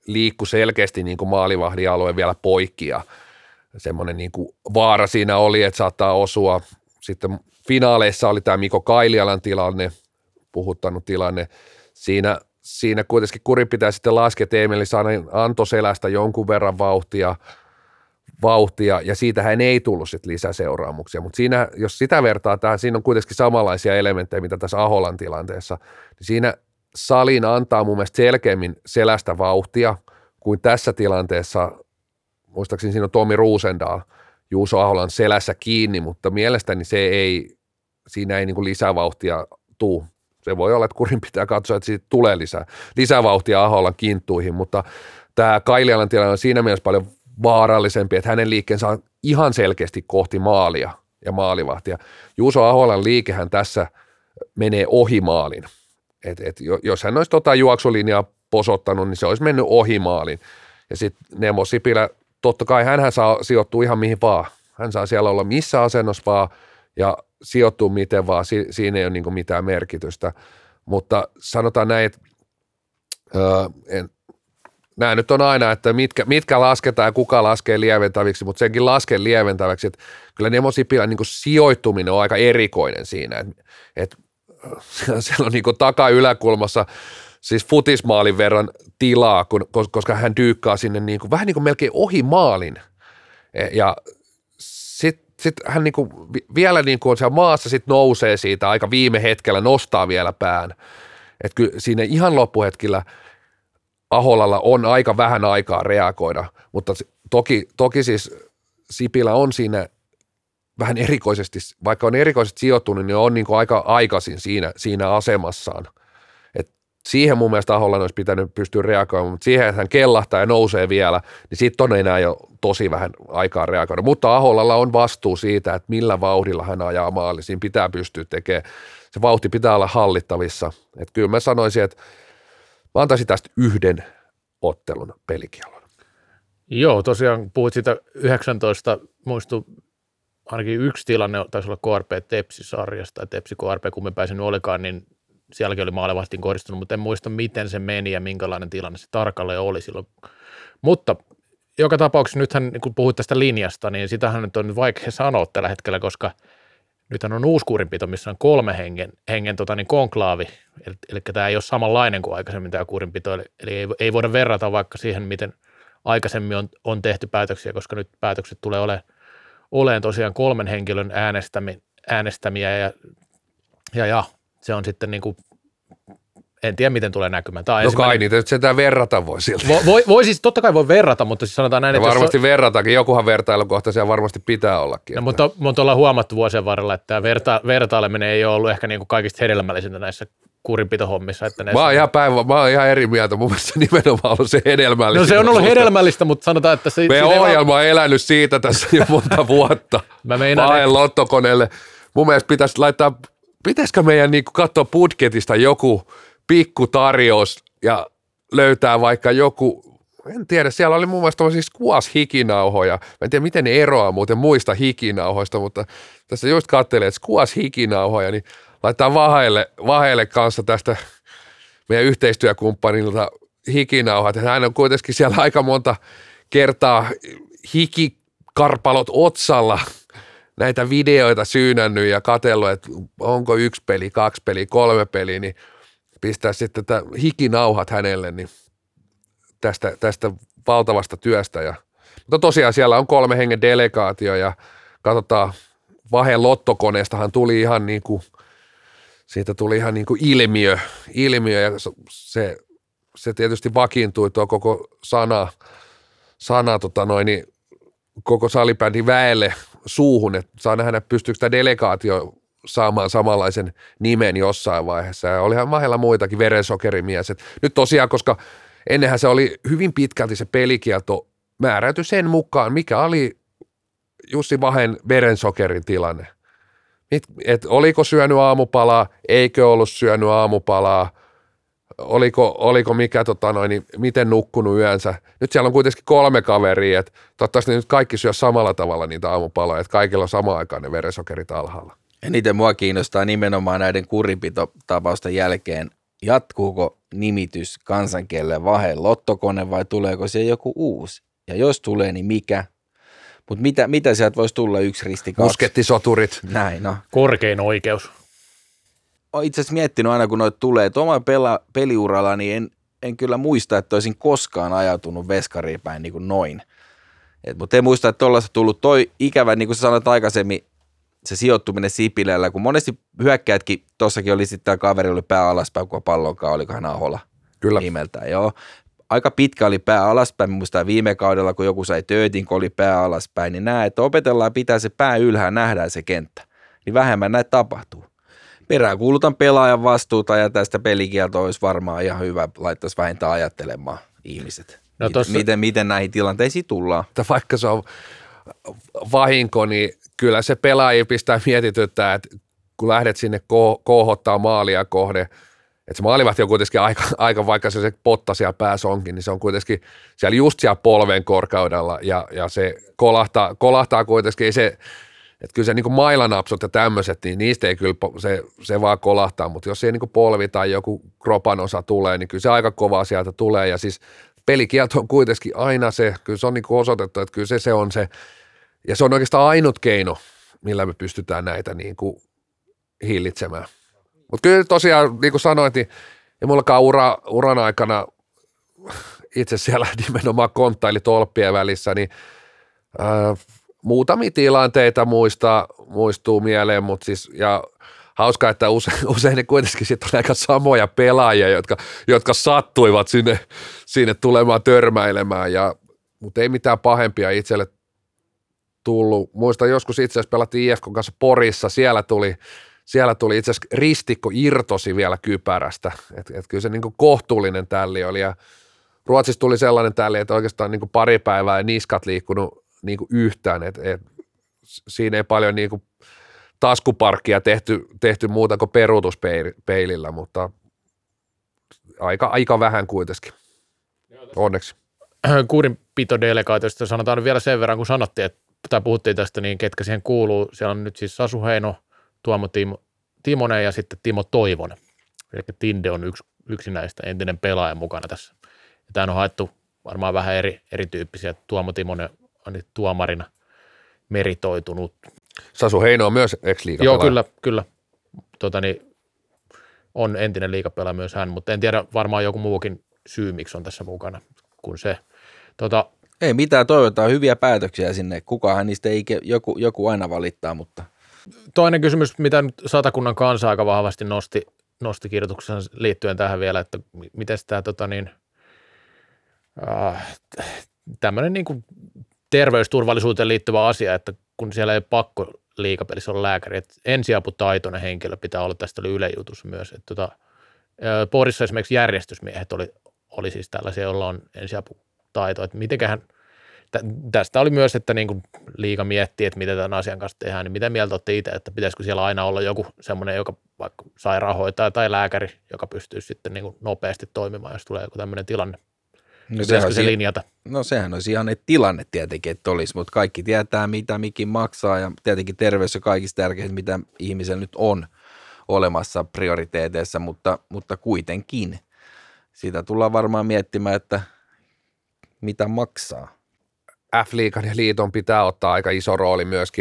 Speaker 1: liikkui selkeästi niin kuin maalivahdin alue vielä poikki ja semmoinen niin kuin vaara siinä oli, että saattaa osua. Sitten finaaleissa oli tämä Mikko Kailialan tilanne, puhuttanut tilanne. Siinä kuitenkin kurin pitää sitten laskea, että Emeli Saarinen antoi selästä jonkun verran vauhtia ja siitähän ei tullut sitten lisäseuraamuksia, mutta siinä, jos sitä vertaa tähän, siinä on kuitenkin samanlaisia elementtejä, mitä tässä Aholan tilanteessa, niin siinä Salin antaa mun mielestä selkeämmin selästä vauhtia kuin tässä tilanteessa, muistaakseni siinä on Tommi Roosendahl Juuso Aholan selässä kiinni, mutta mielestäni siinä ei niin kuin lisävauhtia tule. Se voi olla, että kurin pitää katsoa, että siitä tulee lisävauhtia Aholan kinttuihin, mutta tämä Kailialan tilanne on siinä mielessä paljon vaarallisempi, että hänen liikkeensä on ihan selkeästi kohti maalia ja maalivahtia. Juuso Aholan liikehän tässä menee ohi maalin. Jos hän olisi juoksulinjaa posottanut, niin se olisi mennyt ohi maalin. Ja sitten Nemo Sipilä, totta kai hänhän saa sijoittua ihan mihin vaan. Hän saa siellä olla missä asennossa vaan ja sijoittua miten vaan. Siinä ei ole niin mitään merkitystä. Mutta sanotaan näin, että nämä nyt on aina, että mitkä lasketaan ja kuka laskee lieventäviksi, mutta senkin laskee lieventäväksi, että kyllä Nemo Sipilän niin sijoittuminen on aika erikoinen siinä, että siellä on niin taka-yläkulmassa siis futismaalin verran tilaa, koska hän dyykkaa sinne niin kuin, vähän niin kuin melkein ohi maalin ja sitten hän niin kuin, vielä niin kuin on siellä maassa sit nousee siitä aika viime hetkellä, nostaa vielä pään, että kyllä siinä ihan loppuhetkellä Aholalla on aika vähän aikaa reagoida, mutta toki siis Sipilä on siinä vähän erikoisesti, vaikka on erikoisesti sijoittunut, niin on niin kuin aika aikaisin siinä asemassaan. Et siihen mun mielestä Aholan olisi pitänyt pystyä reagoimaan, mutta siihen, että hän kellahtaa ja nousee vielä, niin siitä on enää jo tosi vähän aikaa reagoida. Mutta Aholalla on vastuu siitä, että millä vauhdilla hän ajaa maali. Siinä pitää pystyä tekemään. Se vauhti pitää olla hallittavissa. Et kyllä mä sanoisin, että mä antaisin tästä yhden ottelun pelikielon.
Speaker 3: Joo, tosiaan puhuit siitä 19, muistuu ainakin yksi tilanne, taisi olla KRP Tepsi-sarjasta, tai Tepsi KRP, kun me pääsin olikaan, niin sielläkin oli maalivahtiin kohdistunut, mutta en muista miten se meni ja minkälainen tilanne se tarkalleen oli silloin. Mutta joka tapauksessa nythän, kun puhuit tästä linjasta, niin sitähän nyt on vaikea sanoa tällä hetkellä, koska nythän on uusi kurinpito, missä on 3 hengen konklaavi, eli tämä ei ole samanlainen kuin aikaisemmin tämä kurinpito, eli ei voida verrata vaikka siihen, miten aikaisemmin on tehty päätöksiä, koska nyt päätökset tulee olemaan tosiaan 3 henkilön äänestämiä ja se on sitten niin kuin, en tiedä miten tulee näkymään.
Speaker 1: No kai niitä nyt sentään verrata voi siltä.
Speaker 3: Voi siis, totta kai voi verrata, mutta siis sanotaan näin, että
Speaker 1: varmasti verratakin, jokuhan vertailukohtaisia varmasti pitää ollakin.
Speaker 3: No, mutta ollaan huomattu vuosien varrella, että tämä vertaileminen ei ole ollut ehkä niin kuin kaikista hedelmällisintä näissä kurinpitohommissa. Mä
Speaker 1: oon ihan eri mieltä, mun mielestä se nimenomaan ollut se hedelmällistä.
Speaker 3: No se on ollut hedelmällistä, mutta sanotaan, että se...
Speaker 1: Meidän ohjelma on elänyt siitä tässä jo monta vuotta. Vahden lottokoneelle. Mun mielestä pitäisikö meidän niin katsoa budjetista joku pikku tarjous ja löytää vaikka joku, en tiedä, siellä oli muun muassa siis squash-hikinauhoja. Mä en tiedä, miten ne eroaa muuten muista hikinauhoista, mutta tässä just katselee, että squash-hikinauhoja, niin laittaa Vaheelle kanssa tästä meidän yhteistyökumppanilta hikinauhat. Hän on kuitenkin siellä aika monta kertaa hikikarpalot otsalla näitä videoita syynännyt ja katsellut, että onko 1 peli, 2 peli, 3 peli, niin pistää sitten tätä hikinauhat hänelle niin tästä valtavasta työstä. Mutta tosiaan siellä on 3 hengen delegaatio ja katsotaan, Vahden lottokoneestahan tuli ihan niin kuin, siitä tuli ihan niin kuin ilmiö ja se tietysti vakiintui tuo koko sana koko salibändin väelle suuhun, että saa nähdä, pystyykö tämä delegaatio saamaan samanlaisen nimen jossain vaiheessa. Ja olihan Vahella muitakin verensokerimiehet. Nyt tosiaan, koska ennenhän se oli hyvin pitkälti se pelikielto määräytyi sen mukaan, mikä oli Jussi Vahden verensokerin tilanne. Oliko syönyt aamupalaa, eikö ollut syönyt aamupalaa, oliko mikä, miten nukkunut yönsä. Nyt siellä on kuitenkin 3 kaveria, että toivottavasti nyt kaikki syö samalla tavalla niitä aamupaloja, että kaikilla on samaan aikaan ne verensokerit alhaalla.
Speaker 2: Eniten mua kiinnostaa nimenomaan näiden kurinpitotapausten jälkeen jatkuuko nimitys kansankielellä Vahen lottokone vai tuleeko se joku uusi? Ja jos tulee, niin mikä? Mutta mitä sieltä voisi tulla 1 risti 2?
Speaker 1: Muskettisoturit.
Speaker 2: Näin, no.
Speaker 3: Korkein oikeus.
Speaker 2: Olen itse asiassa miettinyt aina, kun noita tulee, että omalla peliuralla niin en kyllä muista, että olisin koskaan ajautunut veskariin päin niin kuin noin. Mutta en muista, että tuollaista tullut toi ikävä, niin kuin sä sanoit aikaisemmin, se sijoittuminen Sipilällä, kun monesti hyökkäjätkin, tuossakin oli sitten tämä kaveri, oli pää alaspäin, kun pallonkaan, olikohan Ahola
Speaker 1: Kyllä.
Speaker 2: nimeltään, joo. Aika pitkä oli pää alaspäin, muistan viime kaudella, kun joku sai töötin, kun oli pää alaspäin, niin että opetellaan pitää se pää ylhäällä, nähdään se kenttä. Niin vähemmän näitä tapahtuu. Peräänkuulutan pelaajan vastuuta ja tästä pelikieltoa olisi varmaan ihan hyvä, laittaisi vähintään ajattelemaan ihmiset.
Speaker 3: No
Speaker 2: miten näihin tilanteisiin tullaan?
Speaker 1: Vaikka se on vahinko, niin kyllä se pelaaja pistää mietityttää, että kun lähdet sinne kohottaa maalia kohde, että se maalivahti on kuitenkin aika vaikka se potta siellä päässä onkin, niin se on kuitenkin siellä just siellä polven korkeudella ja se kolahtaa kuitenkin se, että kyllä se niin kuin mailanapsut ja tämmöiset, niin niistä ei kyllä se vaan kolahtaa, mutta jos se niin kuin polvi tai joku kropan osa tulee, niin kyllä se aika kovaa sieltä tulee ja siis pelikielto on kuitenkin aina se, kyllä se on niin kuin osoitettu, että kyllä se on se, ja se on oikeastaan ainut keino, millä me pystytään näitä niin kuin hillitsemään. Mutta kyllä tosiaan, niin kuin sanoit, niin ei mullakaan uran aikana itse siellä nimenomaan konttaili tolppien välissä, niin muutamia tilanteita muistuu mieleen, mutta siis, ja hauskaa, että usein ne kuitenkin sitten on aika samoja pelaajia, jotka sattuivat sinne tulemaan törmäilemään, mutta ei mitään pahempia itselle tullut. Muistan joskus itse asiassa pelattiin IFK kanssa Porissa, siellä tuli itse asiassa ristikko irtosi vielä kypärästä, että kyllä se niin kuin kohtuullinen tälli oli ja Ruotsissa tuli sellainen tälli, että oikeastaan niin kuin pari päivää ei niskat liikkunut niin kuin yhtään, että siinä ei paljon niin kuin taskuparkkia tehty muuta kuin peruutuspeilillä, mutta aika vähän kuitenkin, onneksi.
Speaker 3: Kurinpitodelegaatiosta sanotaan vielä sen verran, kun sanottiin, että puhuttiin tästä, niin ketkä siihen kuuluu. Siellä on nyt siis Sasu Heino, Tuomo Timonen ja sitten Timo Toivonen. Eli Tinde on yksi näistä entinen pelaaja mukana tässä. Ja tämä on haettu varmaan vähän erityyppisiä. Tuomo Timonen on nyt tuomarina meritoitunut.
Speaker 1: Sasu Heino on myös ex-liigapelaaja.
Speaker 3: Joo, kyllä. On entinen liigapelaaja myös hän, mutta en tiedä varmaan joku muukin syy, miksi on tässä mukana kuin se.
Speaker 2: Ei mitään, toivotaan hyviä päätöksiä sinne. Kukahan niistä ei joku aina valittaa, mutta...
Speaker 3: Toinen kysymys, mitä nyt Satakunnan kansa aika vahvasti nosti kirjoituksessa liittyen tähän vielä, että miten tämä tämmöinen niin kuin terveysturvallisuuteen liittyvä asia, että kun siellä ei pakko liigapelissä olla lääkäri, että ensiaputaitoinen henkilö pitää olla, tästä oli Yle jutussa myös, että Porissa esimerkiksi järjestysmiehet oli siis tällaisia, joilla on ensiaputaito, että mitenköhän, tästä oli myös, että niin kuin liiga miettii, että miten tämän asian kanssa tehdään, niin mitä mieltä olette itse, että pitäisikö siellä aina olla joku semmoinen, joka vaikka sairaanhoitaja tai lääkäri, joka pystyy sitten niin kuin nopeasti toimimaan, jos tulee joku tämmöinen tilanne. No pitäisikö se linjata?
Speaker 2: No sehän olisi ihan tilanne tietenkin, että olisi, mutta kaikki tietää, mitä mikin maksaa ja tietenkin terveys on kaikista tärkeintä, mitä ihmisellä nyt on olemassa prioriteeteissa, mutta kuitenkin siitä tullaan varmaan miettimään, että mitä maksaa.
Speaker 1: F-liigan ja liiton pitää ottaa aika iso rooli myöskin,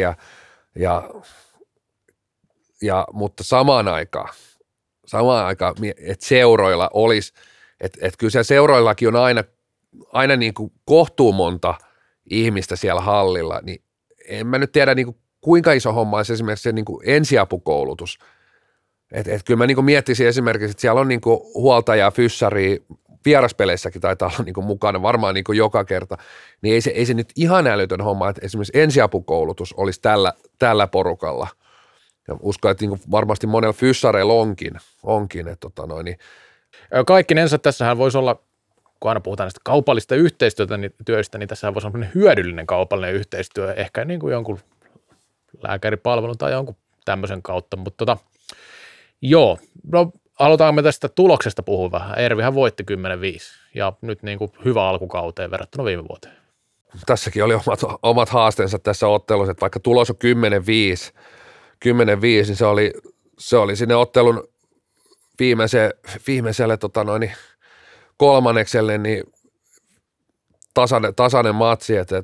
Speaker 1: mutta samaan aikaan, että seuroilla olisi, että kyllä siellä seuroillakin on aina niin kuin kohtuu monta ihmistä siellä hallilla, niin en mä nyt tiedä niin kuin kuinka iso homma olisi esimerkiksi se niin kuin ensiapukoulutus. Että kyllä mä niin kuin miettisin esimerkiksi, että siellä on niin kuin huoltajaa, fyssaria, vieraspeleissäkin taitaa olla niin kuin mukana varmaan niin kuin joka kerta, niin ei se nyt ihan älytön homma, että esimerkiksi ensiapukoulutus olisi tällä porukalla. Ja uskon, että niin kuin varmasti monella fyssareilla onkin että
Speaker 3: Kaikkinensa tässähän voisi olla, kun aina puhutaan näistä kaupallista yhteistyöstä, niin tässähän voisi olla hyödyllinen kaupallinen yhteistyö, ehkä niin kuin jonkun lääkäripalvelun tai jonkun tämmöisen kautta, mutta joo, no aloitaanko me tästä tuloksesta puhua vähän. Ervihän voitti 10-5 ja nyt niin kuin hyvä alkukauteen verrattuna viime vuoteen.
Speaker 1: Tässäkin oli omat haasteensa tässä ottelussa, että vaikka tulos on 10-5, niin se oli sinne ottelun viimeiselle kolmannekselle niin tasainen matsi, että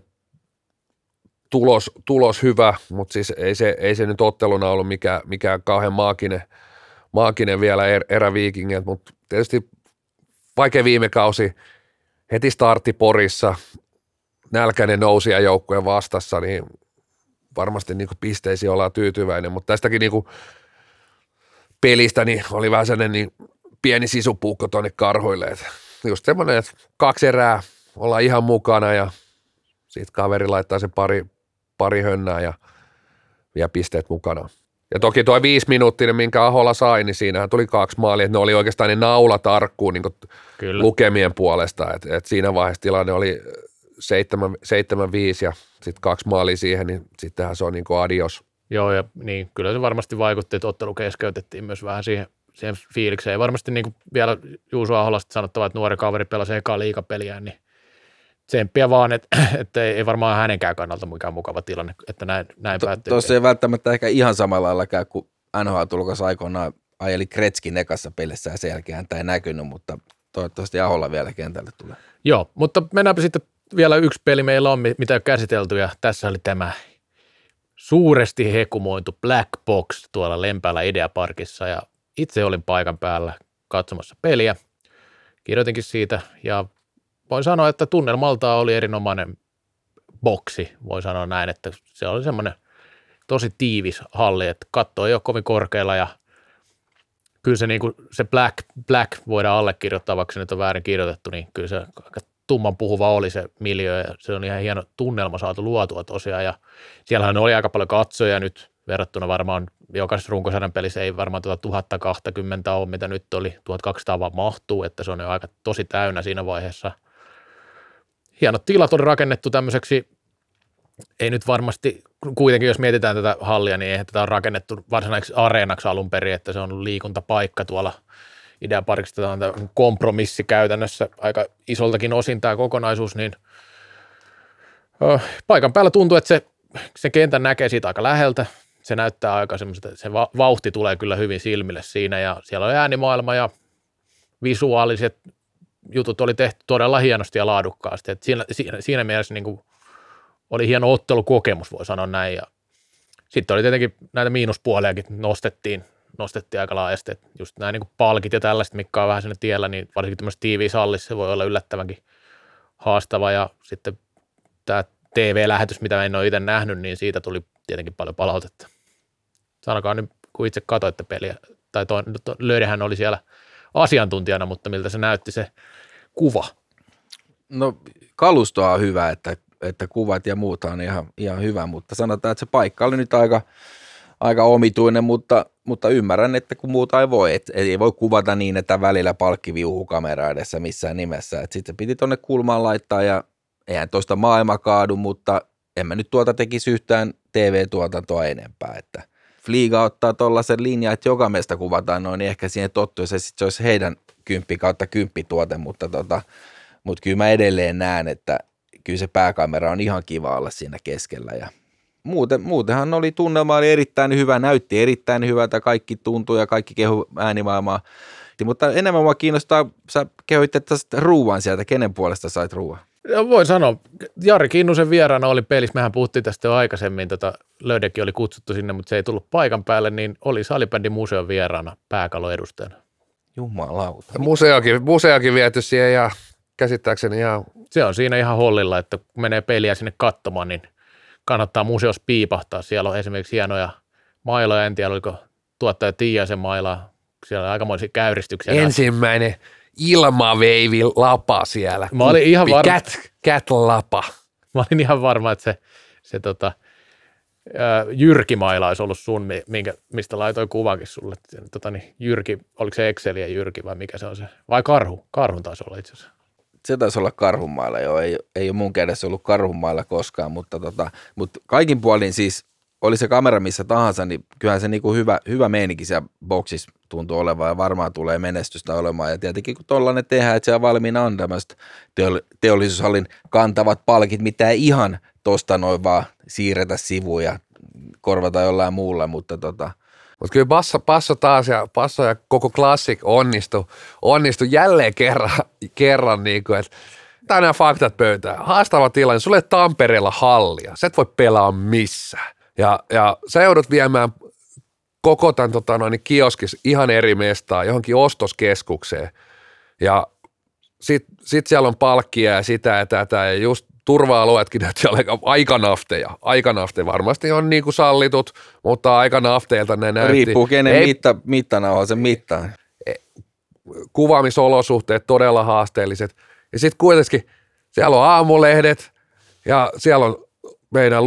Speaker 1: tulos hyvä, mutta siis ei se nyt otteluna ollut mikään kauhean maaginen vielä eräviikingit, mutta tietysti vaikea viime kausi, heti startti Porissa, nälkäinen nousia joukkueen vastassa, niin varmasti niin kuin pisteisiin ollaan tyytyväinen, mutta tästäkin niin kuin pelistä niin oli vähän sellainen niin pieni sisupuukko tuonne Karhuille, että just semmoinen, että 2 erää ollaan ihan mukana ja sitten kaveri laittaa se pari hönnää ja vie pisteet mukana. Ja toki tuo 5 minuuttinen, minkä Ahola sai, niin siinähän tuli 2 maalia, että ne oli oikeastaan ne naulatarkkuun niin lukemien puolesta, että siinä vaiheessa tilanne oli 7-5 ja sitten 2 maalia siihen, niin sittenhän se on niin kuin adios.
Speaker 3: Joo, ja niin, kyllä se varmasti vaikutti, että ottelu keskeytettiin myös vähän siihen fiilikseen. Ja varmasti niin kuin vielä Juuso Aholasta sanottava, että nuori kaveri pelasi ekaa liigapeliä, niin tsemppiä vaan, että ei varmaan hänenkään kannalta mikään mukava tilanne, että näin päättyy.
Speaker 2: Tuossa ei välttämättä ehkä ihan samalla lailla käy, kun NHL-tulokas aikoinaan ajeli Kretskin ekassa pelissä ja sen jälkeen häntä ei näkynyt, mutta toivottavasti Aholla vielä kentälle tulee.
Speaker 3: Joo, mutta mennäänpä sitten vielä yksi peli meillä on, mitä on käsitelty, ja tässä oli tämä suuresti hekumointu Black Box tuolla Lempäälä Ideaparkissa, ja itse olin paikan päällä katsomassa peliä, kirjoitinkin siitä, ja voin sanoa, että tunnelmaltaan oli erinomainen boksi, voin sanoa näin, että se oli semmoinen tosi tiivis halli, että katto ei ole kovin korkealla, ja kyllä se, niin kuin se black voidaan allekirjoittaa, vaikka se nyt on väärin kirjoitettu, niin kyllä se aika tumman puhuva oli se miljöö, ja se on ihan hieno tunnelma saatu luotua tosiaan, ja siellähän oli aika paljon katsoja nyt, verrattuna varmaan jokaisessa runkosarjan pelissä ei varmaan 1020 ole, mitä nyt oli, 1200 vaan mahtuu, että se on jo aika tosi täynnä siinä vaiheessa. Hienot tilat on rakennettu tämmöiseksi, ei nyt varmasti, kuitenkin jos mietitään tätä hallia, niin eihän tätä ole rakennettu varsinaisesti areenaksi alun perin, että se on liikuntapaikka tuolla Ideaparkissa, tämä on kompromissi käytännössä aika isoltakin osin tämä kokonaisuus, niin paikan päällä tuntuu, että se kentän näkee siitä aika läheltä, se näyttää aika semmoista, se vauhti tulee kyllä hyvin silmille siinä, ja siellä on äänimaailma ja visuaaliset jutut oli tehty todella hienosti ja laadukkaasti, että siinä mielessä niin kuin oli hieno ottelukokemus, voi sanoa näin, ja sitten oli tietenkin näitä miinuspuoliakin nostettiin aika laajasti, että just nämä niin kuin palkit ja tällaiset, mikä on vähän siinä tiellä, niin varsinkin tämmöisessä tiiviissä hallissa se voi olla yllättävänkin haastava, ja sitten tämä TV-lähetys, mitä en ole itse nähnyt, niin siitä tuli tietenkin paljon palautetta. Sanokaa nyt, kun itse katsoitte peliä, tai Lödehän oli siellä asiantuntijana, mutta miltä se näytti se kuva? No
Speaker 2: kalustoa on hyvä, että kuvat ja muuta on ihan hyvä, mutta sanotaan, että se paikka oli nyt aika omituinen, mutta ymmärrän, että kun muuta ei voi, että ei voi kuvata niin, että välillä palkki viuhuu kamera edessä missään nimessä, että sitten se piti tuonne kulmaan laittaa ja eihän toista maailma kaadu, mutta en mä nyt tekisi yhtään TV-tuotantoa enempää, että Fliiga ottaa tollaisen linjan, että joka meistä kuvataan noin, niin ehkä siihen tottuisi, että se olisi heidän 10/10 tuote, mutta kyllä mä edelleen näen, että kyllä se pääkamera on ihan kiva olla siinä keskellä ja muutenhan oli tunnelma oli erittäin hyvä, näytti erittäin hyvältä, kaikki tuntui ja kaikki kehu äänimaailmaa, mutta enemmän mua kiinnostaa, sä kehuit, että ruuan sieltä, kenen puolesta sait ruuan?
Speaker 3: Voin sanoa, Jari Kinnusen vieraana oli pelissä, mehän puhuttiin tästä jo aikaisemmin, Lödekin oli kutsuttu sinne, mutta se ei tullut paikan päälle, niin oli Salibändin museon vieraana pääkalon edustajana.
Speaker 2: Jumalauta.
Speaker 1: Museokin viety siihen ja käsittääkseni ihan...
Speaker 3: Se on siinä ihan hollilla, että kun menee peliä sinne katsomaan, niin kannattaa museossa piipahtaa. Siellä on esimerkiksi hienoja mailoja, en tiedä oliko tuottaja Tiiaisen mailaa, siellä on aikamoisia käyristyksiä.
Speaker 1: Ensimmäinen ilmaveivi lapa siellä.
Speaker 3: Mä olin ihan varma.
Speaker 1: Cat lapa.
Speaker 3: Mä olin ihan varma, että se Jyrki-maila olisi ollut sun, mistä laitoin kuvankin sulle. Jyrki, oliko se Excel ja Jyrki vai mikä se on se? Vai Karhu? Karhun taisi olla itse asiassa.
Speaker 2: Se taisi olla Karhunmailla, joo. Ei ole mun kädessä ollut Karhunmailla koskaan, mutta kaikin puolin siis oli se kamera missä tahansa, niin kyllähän se niinku hyvä meininki siellä boksissa tuntuu olevan ja varmaan tulee menestystä olemaan. Ja tietenkin kun tollainen tehdään, että siellä valmiina on tämmöistä teollisuushallin kantavat palkit, mitä ei ihan tosta noin vaan siirretä sivuun ja korvata jollain muulla, mutta
Speaker 1: Mutta kyllä Passo ja koko Classic onnistu jälleen kerran niin kuin, että tämä on nämä faktat pöytään. Haastava tilanne, sulle ei Tampereella hallia, sä et voi pelaa missään. Ja sä joudut viemään koko tämän kioskis ihan eri mestaan, johonkin ostoskeskukseen. Ja sit siellä on palkkia ja sitä ja tätä ja just turva-alueetkin näytti aikanafteja varmasti on niin kuin sallitut, mutta aikanafteilta ne näytti.
Speaker 2: Riippuu kenen mittanauha sen mittaa.
Speaker 1: Kuvaamisolosuhteet todella haasteelliset. Ja sitten kuitenkin siellä on aamulehdet ja siellä on meidän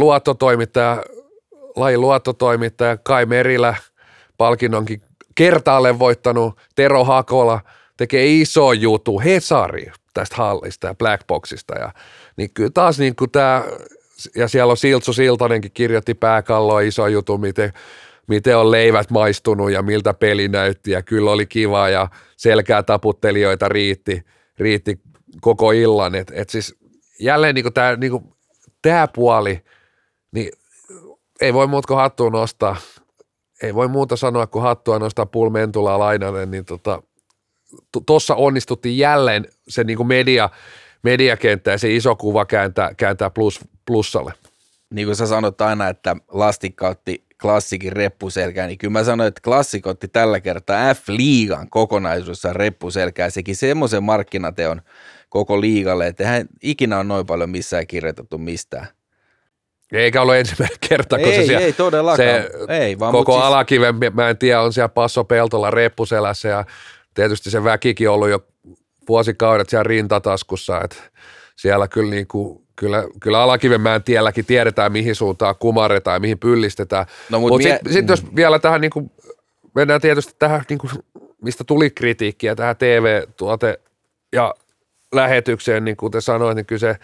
Speaker 1: lajin luottotoimittaja Kai Merilä, palkinnonkin kertaalleen voittanut Tero Hakola, tekee iso jutu Hesari tästä hallista ja Blackboxista. Ja, niin kyllä taas niin kuin tämä, ja siellä on Siltsu Siltonenkin kirjoitti Pääkalloa iso jutu, miten on leivät maistunut ja miltä peli näytti ja kyllä oli kiva ja selkää taputtelijoita riitti koko illan. Et siis jälleen tämä puoli, niin ei voi muuta kuin hattua nostaa. Ei voi muuta sanoa kuin hattua nostaa Pul Mentulaa Lainanen, niin tuossa onnistuttiin jälleen se niin kuin mediakenttä ja se iso kuva kääntää plussalle.
Speaker 2: Niin kuin sä sanot aina, että Lastikka otti Klassikin reppuselkään, niin kyllä mä sanoin, että Klassik otti tällä kertaa F-liigan kokonaisuudessa reppuselkään. Sekin semmoisen markkinateon koko liigalle, että eihän ikinä on noin paljon missään kirjoitettu mistään.
Speaker 1: Eikä ollut ensimmäinen kerta, kun
Speaker 2: ei todellakaan. Ei, vaan
Speaker 1: koko alakiven, mä en tiedä, on siellä Passo Peltola reppuselässä ja tietysti se väkikin ollut jo vuosikaudet siellä rintataskussa, että siellä kyllä, niin kuin, kyllä Alakivenmäen tielläkin tiedetään, mihin suuntaan kumarretaan ja mihin pyllistetään. No, mutta sitten jos vielä tähän, niin kuin, mennään tietysti tähän, niin kuin, mistä tuli kritiikkiä, tähän TV-tuote ja lähetykseen, niin kuten sanoin, niin kyllä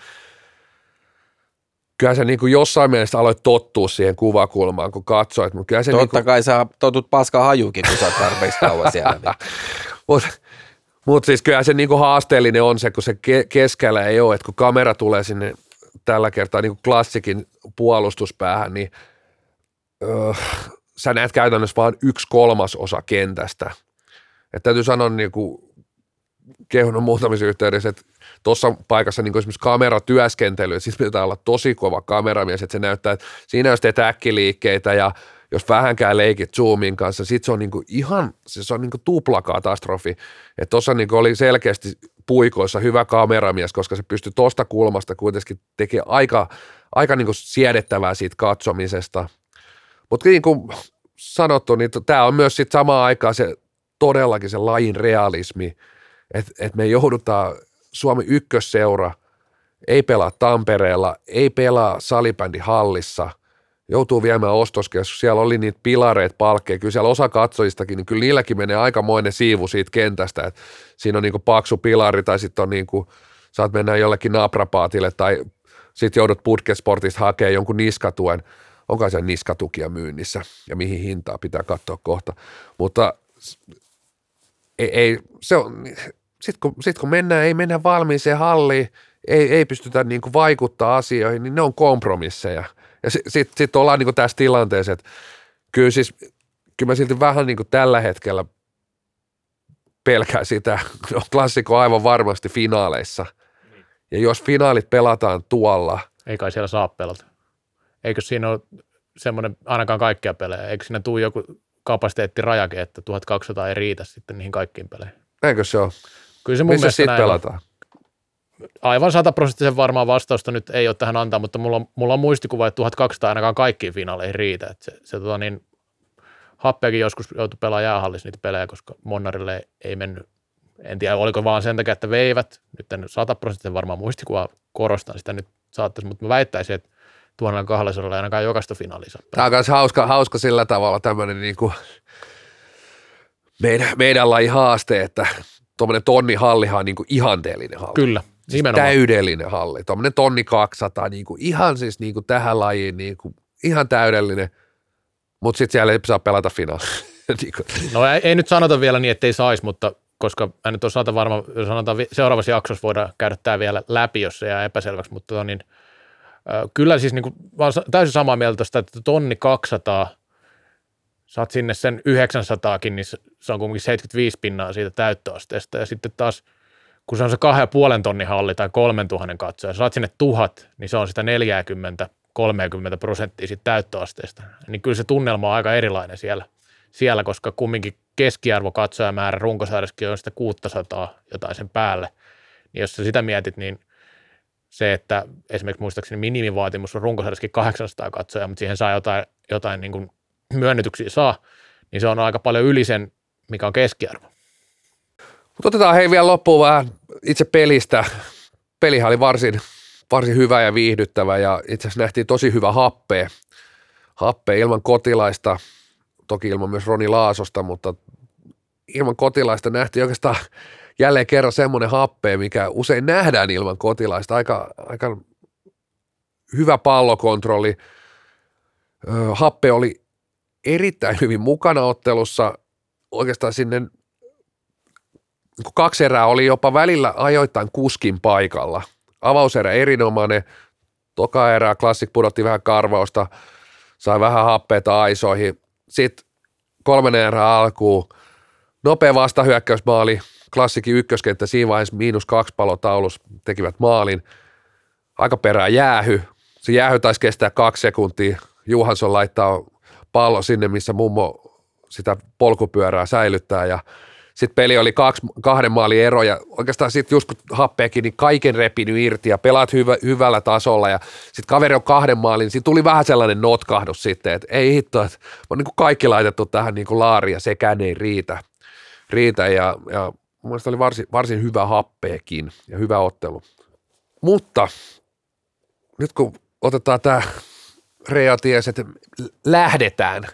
Speaker 1: se niin kuin jossain mielessä aloit tottua siihen kuvakulmaan, kun katsoit. Mutta kyllä se
Speaker 2: totta niin kuin, kai sä totut paskan hajukin, kun sä oot tarpeeksi kauan siellä.
Speaker 1: Mutta siis kyllä se niinku haasteellinen on se, kun se keskellä ei ole, että kun kamera tulee sinne tällä kertaa niinku Klassikin puolustuspäähän, niin sä näet käytännössä vain 1/3 kentästä. Et täytyy sanoa niinku kehunut muutamissa yhteydessä, että tuossa paikassa niinku esimerkiksi kameratyöskentely, että siis pitää olla tosi kova kameramies, että se näyttää, että siinä jos teet äkkiliikkeitä ja jos vähänkään leikit zoomin kanssa, sit se on niinku ihan, se on niinku tuplakatastrofi. Että tuossa niinku oli selkeästi puikoissa hyvä kameramies, koska se pystyi tuosta kulmasta kuitenkin tekemään aika niinku siedettävää siitä katsomisesta. Mutta niin kuin sanottu, niin tämä on myös sit samaan aikaan se todellakin se lajin realismi, että me joudutaan Suomi ykkösseura, ei pelaa Tampereella, ei pelaa salibändihallissa, joutuu viemään ostoskeskus, siellä oli niitä pilareita, palkkeja, kyllä siellä osa katsojistakin, niin kyllä niilläkin menee aikamoinen siivu siitä kentästä, että siinä on niinku paksu pilari tai sitten on niinku, saat mennä jollekin naprapaatille tai sitten joudut Putkesportista hakemaan jonkun niskatuen, onko siellä niskatukia myynnissä ja mihin hintaa pitää katsoa kohta, mutta ei se on, sit kun mennään, ei mennä valmiiseen halliin, ei pystytä niinku vaikuttaa asioihin, niin ne on kompromisseja. Ja sitten ollaan niinku tässä tilanteessa, että kyllä mä silti vähän niinku tällä hetkellä pelkään sitä, Klassikko aivan varmasti finaaleissa. Ja jos finaalit pelataan tuolla.
Speaker 3: Ei kai siellä saa pelata. Eikö siinä ole semmoinen ainakaan kaikkia pelejä? Eikö siinä tule joku kapasiteettirajakin, että 1200 ei riitä sitten niihin kaikkiin peleihin?
Speaker 1: Eikö se ole?
Speaker 3: Kyllä se mun
Speaker 1: missä siitä pelataan?
Speaker 3: Aivan 100% varmaan vastausta nyt ei ole tähän antaa, mutta mulla on muistikuva, että 1200 ainakaan kaikkiin finaaleihin riitä. Että se happeakin joskus joutui pelaamaan jäähallissa niitä pelejä, koska Monnarille ei mennyt. En tiedä, oliko vaan sen takia, että veivät. Nyt en 100% varmaan muistikuva korostan sitä nyt saattaisi, mutta mä väittäisin, että 1200 ei ainakaan jokaista finaalia saa.
Speaker 1: Tämä on myös hauska sillä tavalla tämmöinen niin kuin meidän lajin haaste, että tuommoinen tonnihallihan on niin kuin ihanteellinen halli.
Speaker 3: Kyllä,
Speaker 1: siis täydellinen halli. Tuommoinen 1200, niin kuin ihan siis niin kuin tähän lajiin niin kuin ihan täydellinen, mutta sitten siellä ei saa pelata finaalia.
Speaker 3: No ei nyt sanota vielä niin, ettei saisi, mutta koska en nyt ole varma, sanotaan seuraavassa jaksossa voidaan käydä tämä vielä läpi, jos se jää epäselväksi, mutta niin, kyllä siis niin kuin, vaan täysin samaa mieltä tästä, että 1200, saat sinne sen 900kin, niin se on kuitenkin 75% siitä täyttöasteesta. Ja sitten taas, kun se on se 2,5 tonnin halli tai 3000 katsoja, saat sinne 1000, niin se on sitä 40-30% siitä täyttöasteesta. Niin kyllä se tunnelma on aika erilainen siellä, koska kumminkin keskiarvo katsojamäärä runkosarjassakin on sitä 600 jotain sen päälle. Niin jos sä sitä mietit, niin se, että esimerkiksi muistaakseni minimivaatimus on runkosarjassakin 800 katsojaa, mutta siihen saa jotain niin kuin myönnytyksiä saa, niin se on aika paljon yli sen, mikä on keskiarvo.
Speaker 1: Mutta otetaan vielä loppuun vähän itse pelistä. Pelihän oli varsin hyvä ja viihdyttävä ja itse asiassa nähtiin tosi hyvä happea ilman Kotilaista, toki ilman myös Roni Laasosta, mutta ilman Kotilaista nähtiin oikeastaan jälleen kerran semmoinen happea, mikä usein nähdään ilman Kotilaista. Aika hyvä pallokontrolli. Happe oli erittäin hyvin mukana ottelussa. Oikeastaan sinne 2 erää oli jopa välillä ajoittain kuskin paikalla. Avauserä erinomainen. Toka erää Classic pudotti vähän karvausta, sai vähän happeita aisoihin. Sitten 3. erää alkuun. Nopea vastahyökkäysmaali. Classicin ykköskenttä siinä vaiheessa -2 palotaulus tekivät maalin. Aika perään jäähy. Se jäähy taisi kestää 2 sekuntia. Johansson laittaa pallo sinne, missä mummo sitä polkupyörää säilyttää ja sitten peli oli 2 maalin ero ja oikeastaan sitten just kun happeekin, niin kaiken repinyt irti ja pelaat hyvällä tasolla ja sitten kaveri on 2 maalin, niin siinä tuli vähän sellainen notkahdus sitten, että ei hitto, että on niin kuin kaikki laitettu tähän niin kuin laariin ja sekään ei riitä ja mun mielestä oli varsin hyvä happeekin ja hyvä ottelu. Mutta nyt kun otetaan tämä Rea ties, että lähdetään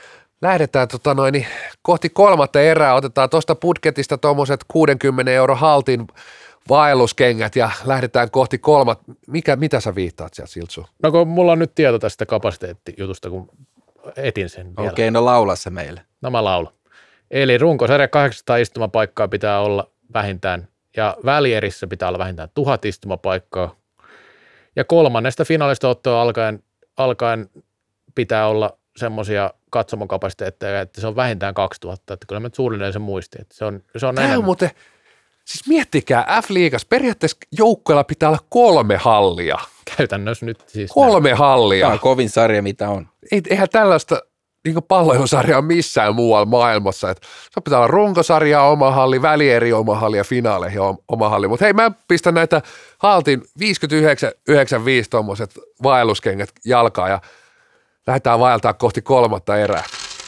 Speaker 1: kohti 3. erää, otetaan tuosta budjetista tuommoiset 60 € haltin vaelluskengät ja lähdetään kohti 3. Mitä sä viittaat sieltä, Siltsu?
Speaker 3: No kun mulla on nyt tieto tästä kapasiteettijutusta, kun etin sen vielä.
Speaker 2: Okei, no laula se meille.
Speaker 3: No mä laulan. Eli runkosarja 800 istumapaikkaa pitää olla vähintään ja välierissä pitää olla vähintään 1000 istumapaikkaa. Ja 3. finaalista ottoa alkaen pitää olla semmoisia katsomokapasiteetteja, että se on vähintään 2000, että kyllä mä suunnilleen sen muistin, että se on enemmän.
Speaker 1: Muuten, siis miettikää, F-liigassa periaatteessa joukkueella pitää olla 3 hallia.
Speaker 3: Käytännössä nyt siis
Speaker 1: 3 hallia.
Speaker 2: Tämä on kovin sarja, mitä on.
Speaker 1: Eihän tällaista niin palloilusarjaa missään muualla maailmassa. Että se pitää olla runkosarjaa oma halli, välieri oma halli ja finaaleihin oma halli. Mutta hei, mä pistän näitä haltin 59-95 tuommoiset vaelluskengät jalkaan ja lähdetään vaeltaa kohti 3. erää.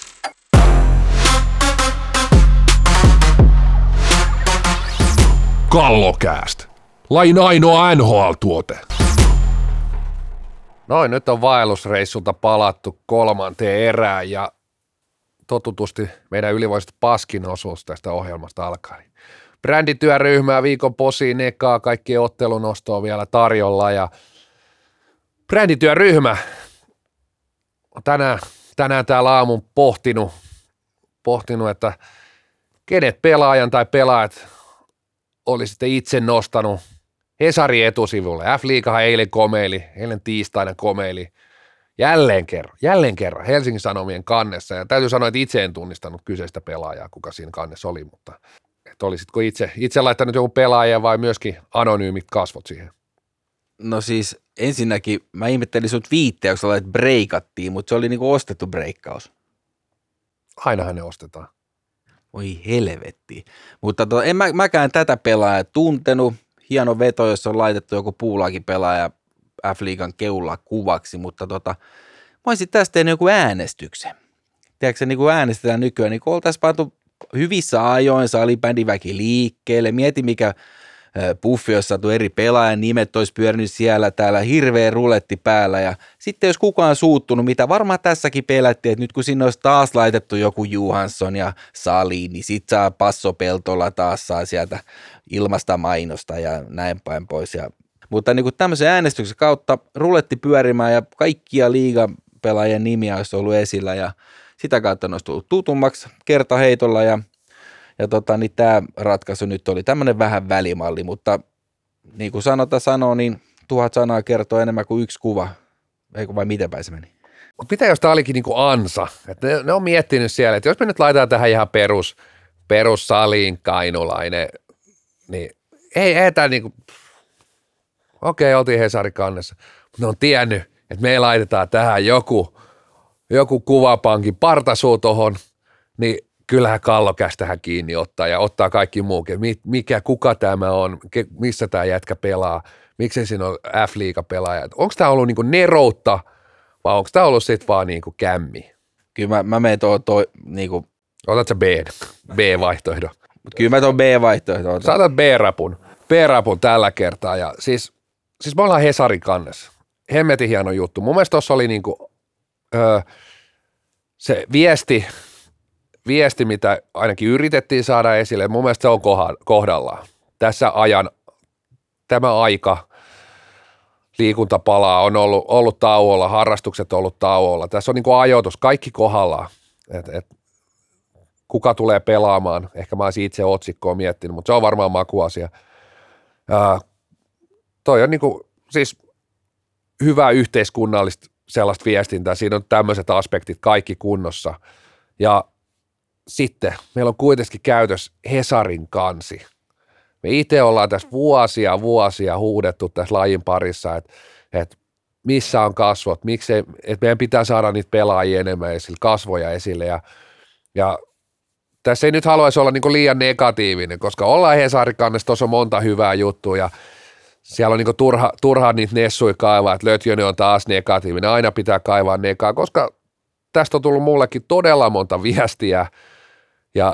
Speaker 4: Kallokääst. Lain ainoa NHL-tuote.
Speaker 1: Noin, nyt on vaellusreissulta palattu 3. erään ja totutusti meidän ylivoimaisesti paskin osuus tästä ohjelmasta alkaa. Brändityöryhmää, viikon posiin, ekaa, kaikkien ottelunostoa vielä tarjolla ja brändityöryhmä tänään täällä aamun pohtinut, että kenet pelaajan tai pelaajat olisitte itse nostanut Hesarin etusivulle. F-liigahan eilen tiistaina komeili jälleen kerran Helsingin Sanomien kannessa. Ja täytyy sanoa, että itse en tunnistanut kyseistä pelaajaa, kuka siinä kannessa oli, mutta että olisitko itse laittanut joku pelaaja vai myöskin anonyymit kasvot siihen?
Speaker 2: No siis ensinnäkin mä ihmettelin sut viitteä, kun sä lait breikattiin, mutta se oli niinku ostettu breikkaus.
Speaker 1: Ainahan ne ostetaan.
Speaker 2: Oi helvetti. Mutta en mäkään tätä pelaajaa tuntenut. Hieno veto, jos on laitettu joku puulaakin pelaaja F-liigan keulaa kuvaksi, mutta mä olisin tästä tehnyt joku äänestyksen. Tiedätkö, niin kuin äänestetään nykyään, niin kun oltaisiin pantu hyvissä ajoin salibändiväki liikkeelle, mieti mikä puffi, jos saatu eri pelaajan nimet, olisi pyörinyt siellä, täällä hirveä ruletti päällä ja sitten jos kukaan suuttunut, mitä varmaan tässäkin pelättiin, että nyt kun sinne olisi taas laitettu joku Johansson ja Sali, niin sit saa Passopeltolla taas saa sieltä ilmasta mainosta ja näin päin pois. Mutta niin kuin tämmöisen äänestyksen kautta ruletti pyörimään ja kaikkia liigapelaajien nimiä olisi ollut esillä ja sitä kautta ne olisi tullut tutummaksi kertaheitolla ja niin tämä ratkaisu nyt oli tämmöinen vähän välimalli, mutta niin kuin sanoo, niin 1000 sanaa kertoo enemmän kuin 1 kuva. Eikö vai miten päin se meni?
Speaker 1: Mutta mitä jos tämä olikin niinku ansa? Et ne on miettinyt siellä, että jos me nyt laitetaan tähän ihan perussaliin Kainulainen, niin ei tämä niinku, okei, oltiin Hesarin kannessa, mutta ne on tiennyt, että me laitetaan tähän joku kuvapankin partasuu tohon, niin kyllähän Kallokäs tähän kiinni ottaa ja ottaa kaikki muukin. Kuka tämä on, missä tämä jätkä pelaa, miksi siinä on F-liiga-pelaaja. Onko tämä ollut niinku neroutta vai onko tämä ollut sitten vaan niinku kämmi?
Speaker 2: Kyllä mä menen niinku...
Speaker 1: Otat sä B-vaihtoehdon?
Speaker 2: Kyllä mä tuon B-vaihtoehdon.
Speaker 1: Saatat B-rapun tällä kertaa ja siis me ollaan Hesarin kannessa. Hemmetin hieno juttu. Mun mielestä tuossa oli niinku, se viesti, mitä ainakin yritettiin saada esille, mun mielestä se on kohdallaan. Tämä aika, liikuntapalaa on ollut tauolla, harrastukset on ollut tauolla. Tässä on niin kuin ajoitus, kaikki kohdallaan. Kuka tulee pelaamaan, ehkä mä olisin itse otsikkoa miettinyt, mutta se on varmaan makuasia. Toi on niin kuin, siis hyvää yhteiskunnallista sellaista viestintää, siinä on tämmöiset aspektit kaikki kunnossa. Ja sitten meillä on kuitenkin käytössä Hesarin kansi. Me itse ollaan tässä vuosia huudettu tässä lajin parissa, että missä on kasvot, että meidän pitää saada niitä pelaajia enemmän esille, kasvoja esille. Ja tässä ei nyt haluaisi olla niin kuin liian negatiivinen, koska ollaan Hesarin kannessa, tuossa on monta hyvää juttua ja siellä on niin kuin turha niitä nessuja kaivaa, että Lötjönen on taas negatiivinen, aina pitää kaivaa negaa, koska tästä on tullut mullekin todella monta viestiä ja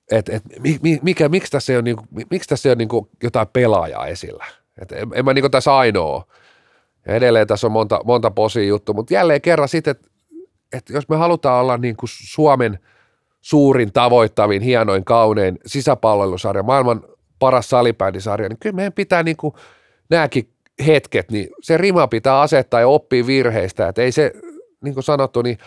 Speaker 1: miksi tässä ei ole niinku jotain pelaajaa esillä? En mä niinku tässä ainoa. Ja edelleen tässä on monta posia juttua, mutta jälleen kerran sitten, että jos me halutaan olla niinku Suomen suurin, tavoittavin, hienoin, kaunein sisäpalvelusarja, maailman paras salibändisarja, niin kyllä meidän pitää niinku nämäkin hetket, niin se rima pitää asettaa ja oppia virheistä, että ei se, niin kuin sanottu, niin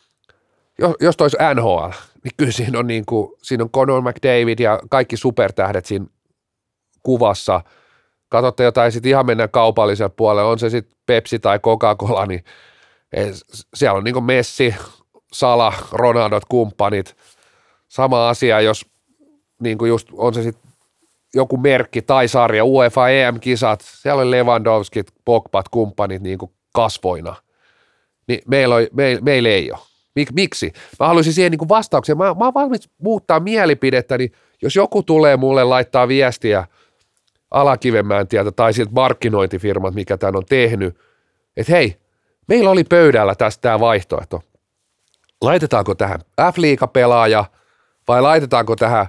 Speaker 1: jos toisi NHL, niin kyllä siinä on Conor McDavid ja kaikki supertähdet siinä kuvassa. Katsotte jotain, sitten ihan mennään kaupalliselle puolelle, on se sitten Pepsi tai Coca-Cola, niin siellä on niin kuin Messi, Salah, Ronaldot, kumppanit. Sama asia, jos niin kuin just on se sitten joku merkki tai sarja, UEFA EM-kisat, siellä on Lewandowskit, Pogbat, kumppanit niin kuin kasvoina. Niin meillä ei ole. Miksi? Mä haluaisin siihen niin kuin vastauksen. Mä oon valmis muuttaa mielipidettä, niin jos joku tulee mulle laittaa viestiä Alakivenmäentieltä tai siltä markkinointifirmat, mikä tämän on tehnyt, että hei, meillä oli pöydällä tästä tämä vaihtoehto. Laitetaanko tähän F-liiga-pelaaja vai laitetaanko tähän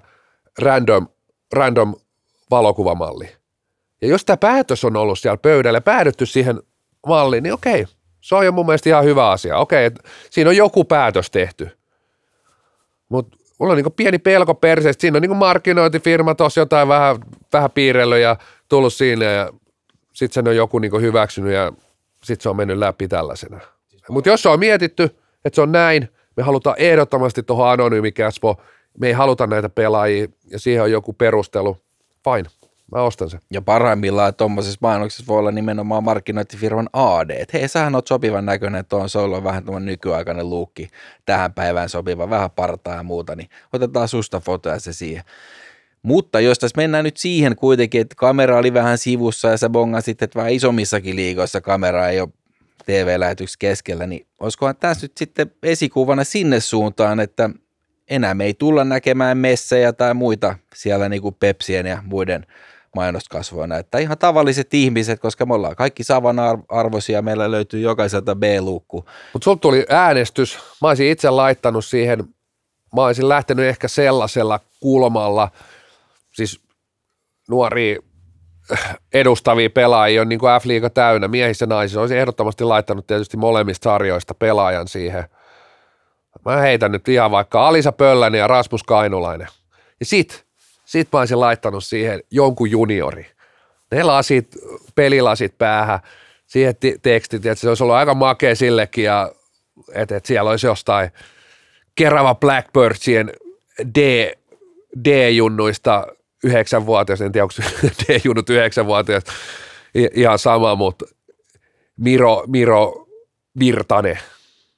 Speaker 1: random valokuvamalli? Ja jos tämä päätös on ollut siellä pöydällä, päädytty siihen malliin, niin okei. Se on jo mun mielestä ihan hyvä asia. Okei, siinä on joku päätös tehty. Mutta mulla on niinku pieni pelko perseestä. Siinä on niinku markkinointifirma tuossa jotain vähän piirrellyt ja tullut siinä ja sitten sen on joku niinku hyväksynyt ja sitten se on mennyt läpi tällaisena. Mutta jos se on mietitty, että se on näin, me halutaan ehdottomasti tuohon anonyymikäspoon, me ei haluta näitä pelaajia ja siihen on joku perustelu, fine. Mä ostan sen.
Speaker 2: Ja parhaimmillaan tuommoisessa mainoksessa voi olla nimenomaan markkinointifirman AD. Että hei, sähän oot sopivan näköinen, että on soilla vähän tuommoinen nykyaikainen luukki, tähän päivään sopiva, vähän partaa ja muuta, niin otetaan susta fotoja se siihen. Mutta jos tässä mennään nyt siihen kuitenkin, että kamera oli vähän sivussa ja sä bongasit, että vähän isommissakin liigoissa kamera ei ole TV-lähetyksessä keskellä, niin olisikohan tässä nyt sitten esikuvana sinne suuntaan, että enää me ei tulla näkemään messejä tai muita siellä niin kuin Pepsien ja muiden mainoskasvoina, että ihan tavalliset ihmiset, koska me ollaan kaikki samanarvoisia, meillä löytyy jokaiselta B-luukku.
Speaker 1: Mutta sulta tuli äänestys, mä olisin itse laittanut siihen, mä olisin lähtenyt ehkä sellaisella kulmalla, siis nuoria edustavia pelaajia on niin kuin F-liiga täynnä, miehissä ja naisissa, olisin ehdottomasti laittanut tietysti molemmista sarjoista pelaajan siihen. Mä heitän nyt ihan vaikka Alisa Pöllänen ja Rasmus Kainulainen. Ja sit mä olisin laittanut siihen jonkun juniori. Ne lasit, pelilasit päähän, siihen tekstit, että se olisi ollut aika makea sillekin, ja että siellä olisi jostain Kerava Blackbirdsien D-junnuista 9-vuotias, en tiedä onko D-junnut 9-vuotias, ihan sama, mutta Miro Virtanen,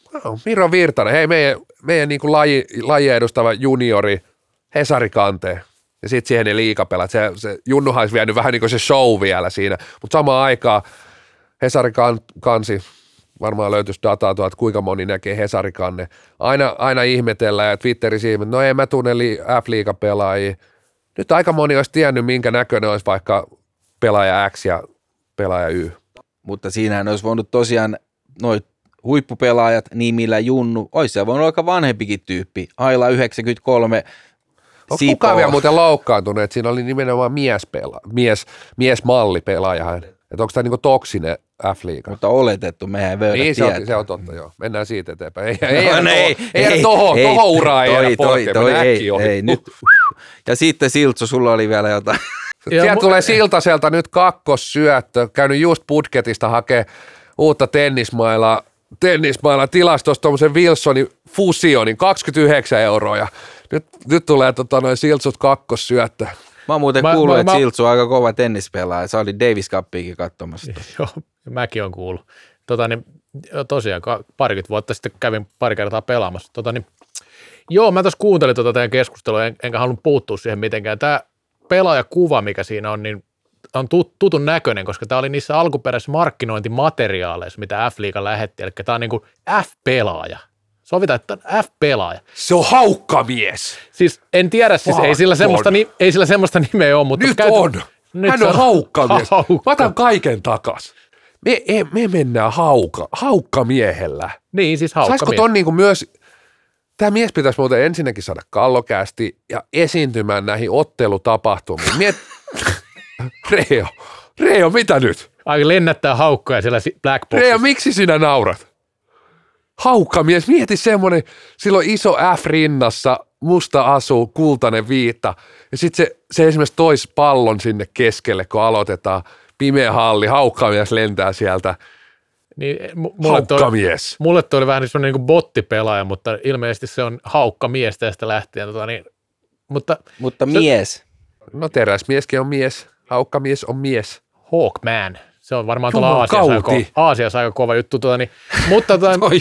Speaker 1: No, Miro Virtanen, hei meidän niin kuin lajia edustava juniori Hesari Kanteen. Ja sitten siihen ne liikapelat. Se Junnuhan olisi vienyt vähän niin kuin se show vielä siinä. Mutta samaan aikaan Hesari Kansi, varmaan löytyisi dataa tuolta, kuinka moni näkee Hesari Kanne. Aina ihmetellään ja Twitterissä ihmetellään, no ei mä tunne F-liigapelaajia. Nyt aika moni olisi tiennyt, minkä näköinen olisi vaikka pelaaja X ja pelaaja Y.
Speaker 2: Mutta siinähän olisi voinut tosiaan noin huippupelaajat nimillä Junnu, olisi se voinut aika vanhempikin tyyppi, Aila 93,
Speaker 1: Onko kukaan vielä muuten loukkaantunut, että siinä oli nimenomaan miesmallipelaaja? Että onko tämä niinku toksinen F-liiga?
Speaker 2: Mutta oletettu, mehän ei voida tietää.
Speaker 1: Se on totta, joo. Mennään siitä eteenpäin. Ei tohon uraan ei
Speaker 2: ei nyt. Ja sitten Siltsu, sulla oli vielä jotain.
Speaker 1: Sieltä tulee Siltaselta nyt kakkossyöttö. Käynyt just Budgetista hakee uutta tennismailaa tilastosta tuommoisen Wilsonin fusionin 29 €. Ja nyt tulee Siltsut kakkossyöttö.
Speaker 2: Mä oon muuten kuullut, että Siltsu on aika kova tennispelaaja. Se oli Davis Cupiakin katsomassa.
Speaker 3: Joo, mäkin on kuullut. Tosiaan parikymmentä vuotta sitten kävin pari kertaa pelaamassa. Joo, mä tuossa kuuntelin teidän keskustelua, enkä halunnut puuttua siihen mitenkään. Tämä pelaajakuva, mikä siinä on, niin on tutun näköinen, koska tämä oli niissä alkuperäisissä markkinointimateriaaleissa, mitä F-liiga lähetti. Eli tämä on niin kuin F-pelaaja. Sovitaan, että on F-pelaaja.
Speaker 1: Se on haukkamies.
Speaker 3: Siis en tiedä, siis ei sillä semmoista nimeä ole, mutta...
Speaker 1: Nyt on. Hän on haukkamies. Mä otan kaiken takas. Me mennään haukkamiehellä.
Speaker 3: Niin, siis haukkamies.
Speaker 1: Saisiko ton niinku myös... Tämä mies pitäisi muuten ensinnäkin saada Kallokäästi ja esiintymään näihin ottelutapahtumiin. Reijo, mitä nyt?
Speaker 3: Aika lennättää haukkoja siellä Black Boxissa.
Speaker 1: Reijo, miksi sinä naurat? Haukkamies, mieti semmoinen, silloin iso F rinnassa, musta asuu, kultainen viitta, ja sitten se esimerkiksi toisi pallon sinne keskelle, kun aloitetaan, pimeä halli, haukkamies lentää sieltä.
Speaker 3: Niin,
Speaker 1: haukkamies.
Speaker 3: Mulle toi oli vähän semmoinen niin kuin bottipelaaja, mutta ilmeisesti se on haukkamies tästä lähtien.
Speaker 2: Mutta mies.
Speaker 1: No teräsmieskin on mies, haukkamies on mies.
Speaker 3: Hawkman. Se on varmaan tuolla Aasiassa aika kova juttu. Mutta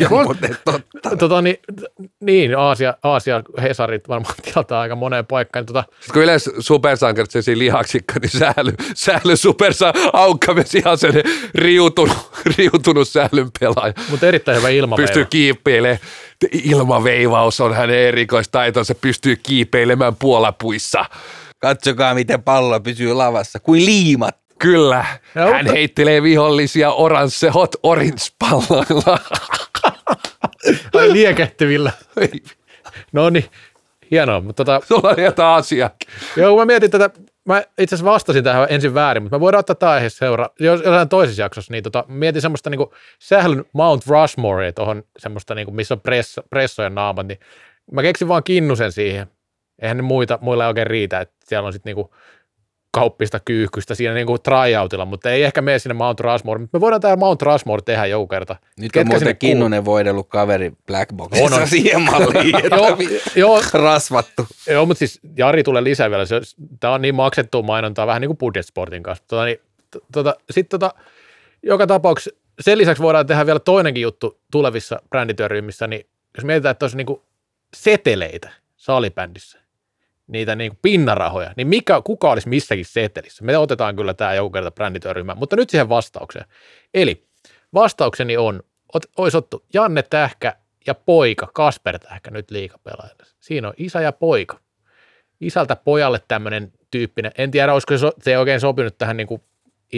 Speaker 3: niin, Aasia Hesarit varmaan tilataan aika moneen paikkaan.
Speaker 1: Sitten kun yleensä supersankarit se siinä lihaksikka, niin säälyn haukkamies ihan sen riutunut säälyn pelaaja.
Speaker 3: Mutta erittäin hyvä ilmaveiva.
Speaker 1: Pystyy kiipeilemään. Ilmaveivaus on hänen erikoistaitonsa, pystyy kiipeilemään puolapuissa.
Speaker 2: Katsokaa, miten pallo pysyy lavassa, kuin liimat.
Speaker 1: Kyllä, hän heittelee vihollisia hot orange palloilla.
Speaker 3: Ai liekehtivillä. No niin, hienoa. Mutta
Speaker 1: sulla on jotain asiaa.
Speaker 3: Joo, mä mietin tätä, mä itse asiassa vastasin tähän ensin väärin, mutta mä voidaan ottaa tämä aihe jossain toisessa jaksossa, niin mietin semmoista niinku Sählyn Mount Rushmore tuohon semmoista niinku, missä on pressojen naamat, niin mä keksin vaan Kinnusen siihen. Eihän ne muilla oikein riitä, että siellä on sitten niinku kauppista kyyhkystä siinä niinku tryoutilla, mutta ei ehkä mene sinne Mount Rushmore. Me voidaan täällä Mount Rushmore tehdä joku kerta.
Speaker 2: Nyt on muuten Kinnunen voidellut kaveri Black Boxissa siihen malliin,
Speaker 3: joo,
Speaker 2: rasvattu.
Speaker 3: Joo, mutta siis Jari tulee lisää vielä. Tämä on niin maksettua mainontaa, vähän niin kuin Budget Sportin kanssa. Sitten joka tapauksessa sen lisäksi voidaan tehdä vielä toinenkin juttu tulevissa brändityöryhmissä, niin jos mietitään, että olisi niinku seteleitä salibändissä, niitä niin kuin pinnarahoja, niin kuka olisi missäkin setelissä? Me otetaan kyllä tämä joku kerta brändityöryhmään, mutta nyt siihen vastaukseen. Eli vastaukseni olisi ottu Janne Tähkä ja poika, Kasper Tähkä nyt liigapelaajalle. Siinä on isä ja poika. Isältä pojalle tämmöinen tyyppinen, en tiedä, olisiko se oikein sopinut tähän niin kuin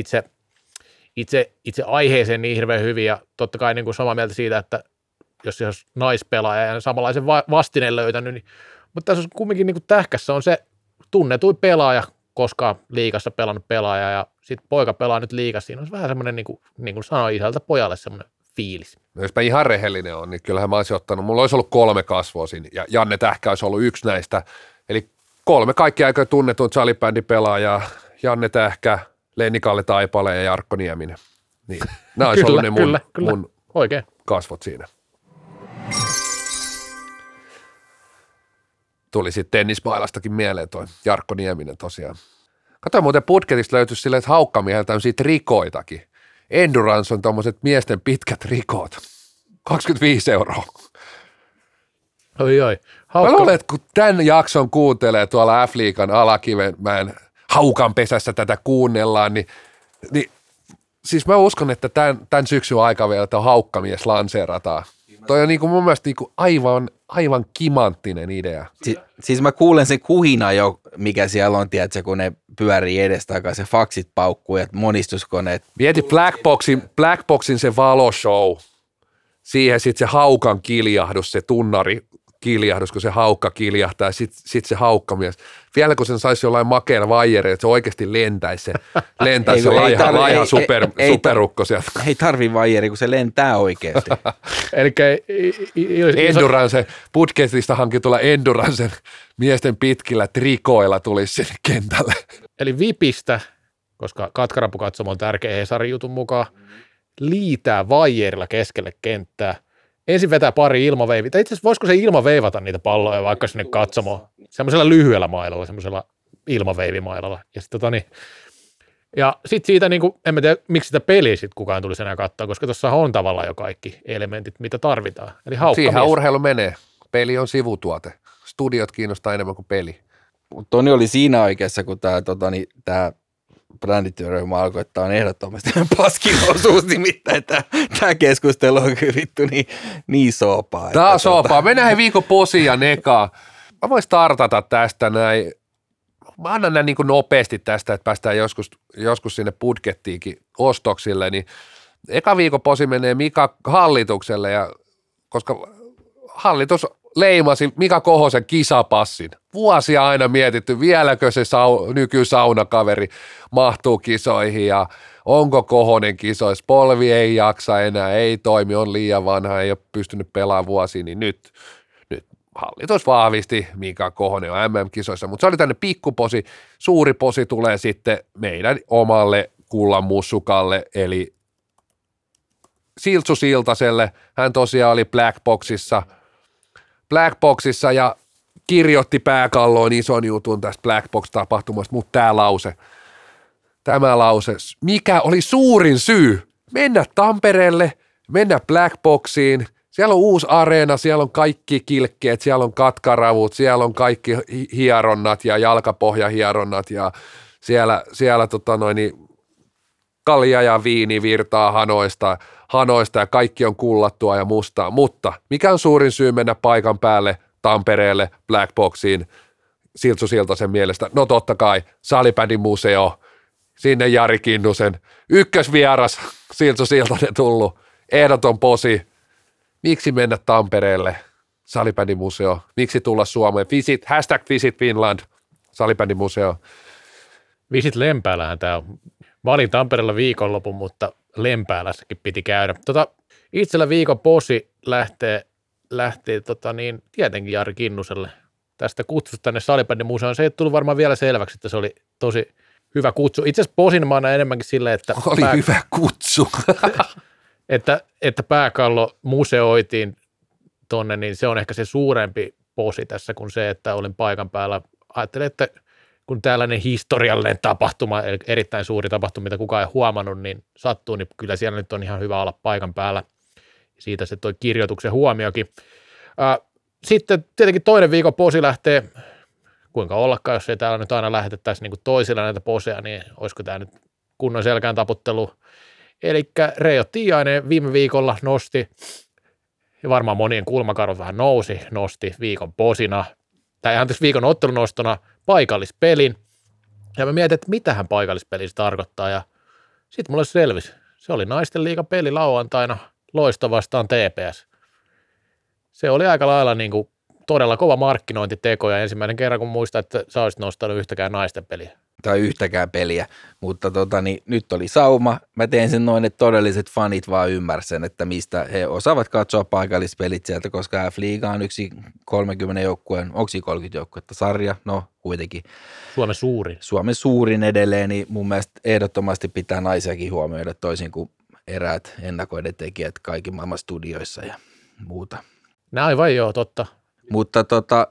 Speaker 3: itse aiheeseen niin hirveän hyvin, ja totta kai niin kuin samaa mieltä siitä, että jos se olisi naispelaaja ja samanlaisen vastineen löytänyt, niin mutta tässä on kumminkin niin kuin Tähkässä on se tunnetuin pelaaja, koskaan liigassa pelannut pelaaja, ja sitten poika pelaa nyt liigassa. Siinä olisi vähän semmoinen, niin kuin sanoin isältä pojalle, semmoinen fiilis.
Speaker 1: No jos mä ihan rehellinen on, niin kyllähän mä olisin ottanut, mulla olisi ollut 3 kasvoa siinä, ja Janne Tähkä olisi ollut yksi näistä. Eli 3 kaikki aika tunnetuin salibändipelaajaa, Janne Tähkä, Lenni-Kalle Taipale ja Jarkko Nieminen. Niin, nämä olisi ollut ne mun
Speaker 3: oikein
Speaker 1: kasvot siinä. Tuli sitten tennismailastakin mieleen toi Jarkko Nieminen tosiaan. Katoin muuten Budgetista löytyisi silleen, että haukkamiehellä tämmöisiä trikoitakin. Endurance on tommoset miesten pitkät rikot. 25 €.
Speaker 3: Oi.
Speaker 1: Mä
Speaker 3: Hauska.
Speaker 1: luulen, että kun tämän jakson kuuntelee tuolla F-liigan Alakivenmäen haukan pesässä tätä kuunnellaan, niin siis mä uskon, että tämän syksyn aikavälillä tämä haukkamies lanseerataan. Toi on niinku mun mielestä niinku aivan kimanttinen idea.
Speaker 2: Siis mä kuulen sen kuhina jo, mikä siellä on, tiedätkö, kun ne pyörii edestakaisin, faksit paukkuu ja monistuskoneet.
Speaker 1: Mieti Blackboxin se valoshow, siihen sitten se haukan kiljahdus, se tunnari kiljahdus, kun se haukka kiljahtaa ja sit se haukkamies. Vielä kun sen saisi jollain makealla vaijereilla, että se oikeasti lentäisi se laiha superukko sieltä.
Speaker 2: Ei tarvi vaijeri, kun se lentää oikeasti.
Speaker 3: Elikkä
Speaker 1: Endurance, budgetista hankitulla Endurancen miesten pitkillä trikoilla tulisi sinne kentälle.
Speaker 3: Eli VIPistä, koska Katkarapukatsomo on tärkeä Hesarin jutun mukaan, liitää vaijerilla keskelle kenttää. Ensin vetää pari ilmaveivitä. Itse asiassa voisiko se ilmaveivata niitä palloja vaikka sinne katsomoon? Semmoisella lyhyellä mailalla, semmoisella ilmaveivimailalla. Ja sitten siitä, en mä tiedä, miksi sitä peliä sitten kukaan tulisi enää katsoa, koska tuossa on tavallaan jo kaikki elementit, mitä tarvitaan. Eli haukkamies.
Speaker 1: Siihen urheilu menee. Peli on sivutuote. Studiot kiinnostaa enemmän kuin peli.
Speaker 2: Toni oli siinä oikeassa, kun tämä brändityöryhmä alkoi, että tämä on ehdottomasti paskin osuus, nimittäin tämä keskustelu on kyllä vittu niin soopaa.
Speaker 1: Tämä on soopaa. Mennään viikon posian ekaan. Mä voin startata tästä näin. Mä annan näin niin kuin nopeasti tästä, että päästään joskus sinne budgettiinkin ostoksille, niin eka viikon posi menee Mika Hallitukselle, koska hallitus leimasi Mika Kohosen kisapassin. Vuosia aina mietitty, vieläkö se nykysaunakaveri mahtuu kisoihin ja onko Kohonen kisoissa. Polvi ei jaksa enää, ei toimi, on liian vanha, ei ole pystynyt pelaamaan vuosiin, niin nyt hallitus vahvisti Mika Kohonen on MM-kisoissa, mutta se oli tänne pikkuposi. Suuri posi tulee sitten meidän omalle kullanmussukalle, eli Siltsu Siltaselle. Hän tosiaan oli Blackboxissa ja kirjoitti pääkalloon ison jutun tästä Blackbox-tapahtumasta, mutta tämä lause, mikä oli suurin syy mennä Tampereelle, mennä Blackboxiin, siellä on uusi areena, siellä on kaikki kilkkeet, siellä on katkaravut, siellä on kaikki hieronnat ja jalkapohjahieronnat ja siellä kalja ja viini virtaa hanoista ja kaikki on kullattua ja mustaa, mutta mikä on suurin syy mennä paikan päälle Tampereelle Blackboxiin Siltsu Siltasen mielestä? No totta kai Salibändin museo, sinne Jari Kinnusen ykkösvieras Siltsu Siltanen tullut, ehdoton posi. Miksi mennä Tampereelle Salibändin museo? Miksi tulla Suomeen? #Visit Finland Salibändin museo.
Speaker 3: Visit Lempäälähän tämä on. Mä olin Tampereella viikonlopun, mutta Lempäälässäkin piti käydä. Itsellä viikon posi lähtee tietenkin Jari Kinnuselle tästä kutsusta tänne Salibändin museoon. Se ei tullut varmaan vielä selväksi, että se oli tosi hyvä kutsu. Itse asiassa posin mä annan enemmänkin silleen, että
Speaker 1: Hyvä kutsu.
Speaker 3: että pääkallo museoitiin tonne, niin se on ehkä se suurempi posi tässä kuin se, että olin paikan päällä. Ajattelin, että kun tällainen historiallinen tapahtuma, eli erittäin suuri tapahtuma, mitä kukaan ei huomannut, niin sattuu, niin kyllä siellä nyt on ihan hyvä olla paikan päällä. Siitä se toi kirjoituksen huomiokin. Sitten tietenkin toinen viikon posi lähtee, kuinka ollakaan, jos ei täällä nyt aina lähetettäisi niin kuin toisilla näitä poseja, niin olisiko tämä nyt kunnon selkään taputtelu. Eli Reijo Tiainen viime viikolla nosti, ja varmaan monien kulmakarvat vähän nosti viikon posina, viikon ottelunostona paikallispelin. Ja mä mietin, että mitähän paikallispeli se tarkoittaa, ja sitten mulle selvisi. Se oli naisten liigan peli lauantaina, Loisto vastaan TPS. Se oli aika lailla niin kuin todella kova markkinointiteko, ja ensimmäinen kerran, kun muistan, että sä olisit nostanut yhtäkään naisten peliä.
Speaker 2: Tai yhtäkään peliä, mutta nyt oli sauma. Mä teen sen noin, että todelliset fanit vaan ymmärsivät, että mistä he osaavat katsoa paikallispelit sieltä, koska F-liiga on yksi 30 joukkueen, onko 30 joukkuetta sarja? No kuitenkin. Suomen suurin edelleen, niin mun mielestä ehdottomasti pitää naisiakin huomioida toisin kuin eräät ennakoiden tekijät kaikki maailman studioissa ja muuta.
Speaker 3: Nämä aivan joo, totta.
Speaker 2: Mutta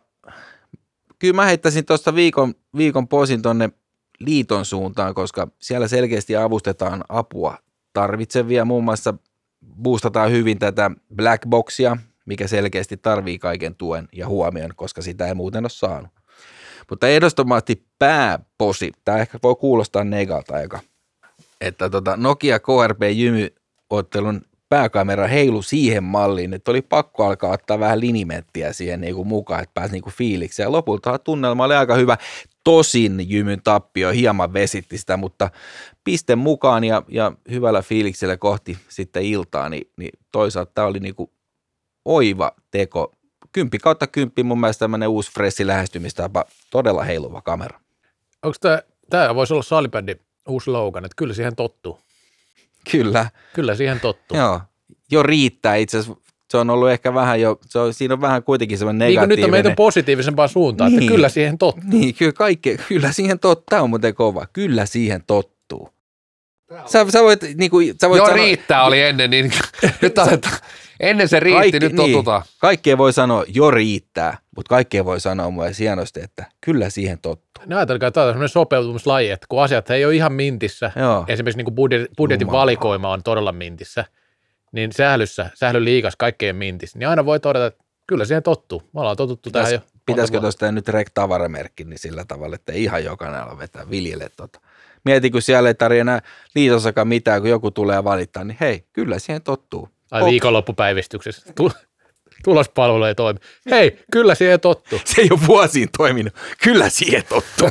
Speaker 2: kyllä mä heittäisin tuosta viikon posin tonne liiton suuntaan, koska siellä selkeästi avustetaan apua tarvitsevia, muun muassa boostataan hyvin tätä black boxia, mikä selkeästi tarvii kaiken tuen ja huomion, koska sitä ei muuten ole saanut. Mutta ehdottomasti pääposi, tämä ehkä voi kuulostaa negalta aika, että Nokia KRP Jymy-ottelun pääkamera heilu siihen malliin, että oli pakko alkaa ottaa vähän linimettiä siihen niin kuin mukaan, että pääsi niin kuin fiilikseen. Ja lopulta tunnelma oli aika hyvä. Tosin Jymyn tappio hieman vesitti sitä, mutta piste mukaan ja hyvällä fiiliksellä kohti sitten iltaa, niin toisaalta tämä oli niin kuin oiva teko. 10/10 mun mielestä tämmöinen uusi freshi lähestymistapa, todella heiluva kamera.
Speaker 3: Onko tämä voisi olla salibändin uusi slogan, että kyllä siihen tottuu?
Speaker 2: Kyllä.
Speaker 3: Kyllä siihen tottuu.
Speaker 2: Joo, jo riittää itse asiassa. Se on ollut ehkä vähän siinä on vähän kuitenkin semmoinen negatiivinen.
Speaker 3: Niin kuin nyt on meitä positiivisempaan suuntaan,
Speaker 2: niin,
Speaker 3: että kyllä siihen tottuu.
Speaker 2: Niin, kyllä siihen tottuu. Tämä on muuten kova. Kyllä siihen tottuu. Sä voit
Speaker 1: Joo,
Speaker 2: sanoa,
Speaker 1: riittää oli ennen, niin nyt aletaan. Ennen se riitti, nyt totutaan.
Speaker 2: Kaikkea voi sanoa, jo riittää, mutta kaikkea voi sanoa myös hienosti, että kyllä siihen tottuu.
Speaker 3: No ajatelkaa, että tämä on sellainen sopeutumislaji, että kun asiat ei ole ihan mintissä,
Speaker 2: Joo.
Speaker 3: esimerkiksi niin kuin budjetin valikoima on todella mintissä, niin sählyn liigas kaikkein mintissä, niin aina voi todeta, että kyllä siihen tottuu. Me ollaan totuttu tähän jo.
Speaker 2: Pitäisikö tuosta nyt tavaramerkki niin sillä tavalla, että ihan jokainen ala vetää viljelle Mieti, kun siellä ei tarvitse enää liitossakaan mitään, kun joku tulee valittaa, niin hei, kyllä siihen tottuu.
Speaker 3: Ai viikonloppupäivystyksessä. Tulospalvelu ei toimi. Hei, kyllä siihen tottuu.
Speaker 2: Se ei ole vuosiin toiminut. Kyllä siihen tottuu.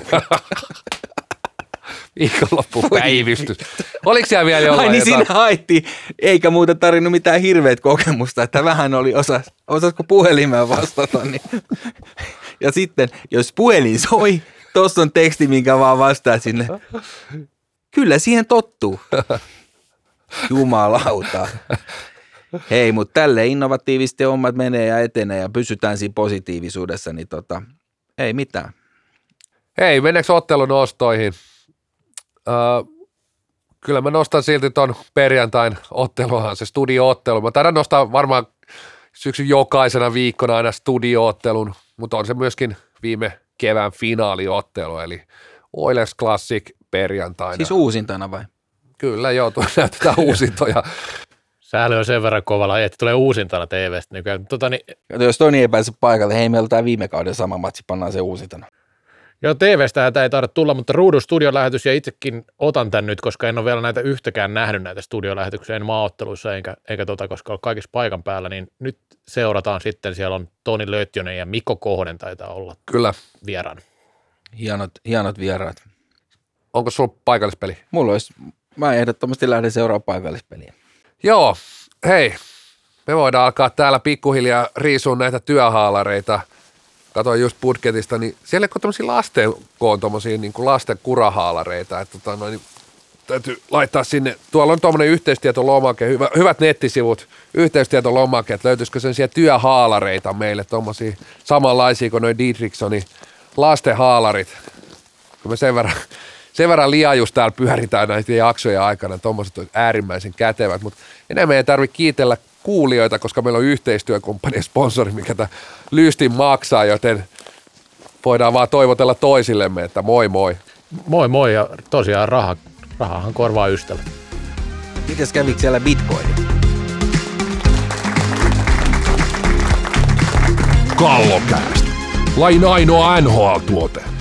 Speaker 1: Viikonloppupäivystys. Oliko siellä vielä jollain
Speaker 2: Ai niin
Speaker 1: jotain?
Speaker 2: siinä haettiin, eikä muuta tarvinnut mitään hirveät kokemusta, että vähän oli osasko puhelimeen vastata. Niin. Ja sitten, jos puhelin soi, tuossa on teksti, minkä vaan vastaa sinne. Kyllä siihen tottuu. Jumalauta. Hei, mutta tälleen innovatiivisesti hommat menee ja etenee ja pysytään siinä positiivisuudessa, niin ei mitään.
Speaker 1: Hei, mennäänkö ottelun ostoihin? Kyllä mä nostan silti ton perjantain otteluhan, se studio-ottelu. Mä taidan nostaa varmaan syksyn jokaisena viikkona aina studio-ottelun, mutta on se myöskin viime kevään finaaliottelu, eli Oilers Classic perjantaina.
Speaker 2: Siis uusintana vai?
Speaker 1: Kyllä, joo, tuolla näytetään uusintoja.
Speaker 3: Sähly on sen verran kovalla, että tulee uusintana TV:stä nykyään.
Speaker 2: Jos Toni ei pääse paikalle, hei, meillä on tämä viime kauden sama matsi, pannaan se uusintana.
Speaker 3: Joo, TV:stä tämä ei tarvitse tulla, mutta Ruudun studion lähetys, ja itsekin otan tämän nyt, koska en ole vielä näitä yhtäkään nähnyt näitä studiolähetyksiä, en maaotteluissa eikä koska on kaikissa paikan päällä, niin nyt seurataan sitten, siellä on Toni Lötjönen ja Mikko Kohonen taitaa olla
Speaker 1: Kyllä.
Speaker 3: vieraana.
Speaker 2: Hienot vieraat.
Speaker 1: Onko sulla paikallispeli?
Speaker 2: Mä ehdottomasti lähden seuraamaan paikallispeliä.
Speaker 1: Joo, hei, me voidaan alkaa täällä pikkuhiljaa riisua näitä työhaalareita. Katoin just budjetista, niin siellä ei ole tämmöisiä niin kuin lasten kurahaalareita, että niin täytyy laittaa sinne. Tuolla on tuommoinen yhteystietolomake, hyvät nettisivut, yhteystietolomake, että löytyisikö sen siellä työhaalareita meille, tuommoisia samanlaisia kuin noin Dietrichsonin lasten haalarit. Kun me sen verran liian just täällä pyöritään näitä jaksoja aikana, tuommoiset on äärimmäisen kätevät, mutta enää me ei tarvitse kiitellä kuulijoita, koska meillä on yhteistyökumppani ja sponsori, mikä tämä lystin maksaa, joten voidaan vaan toivotella toisillemme, että moi moi.
Speaker 3: Moi moi, ja tosiaan rahahan korvaa ystävät.
Speaker 2: Mites kävikö siellä Bitcoin?
Speaker 4: Kallokääst. Lain ainoa NHL-tuote.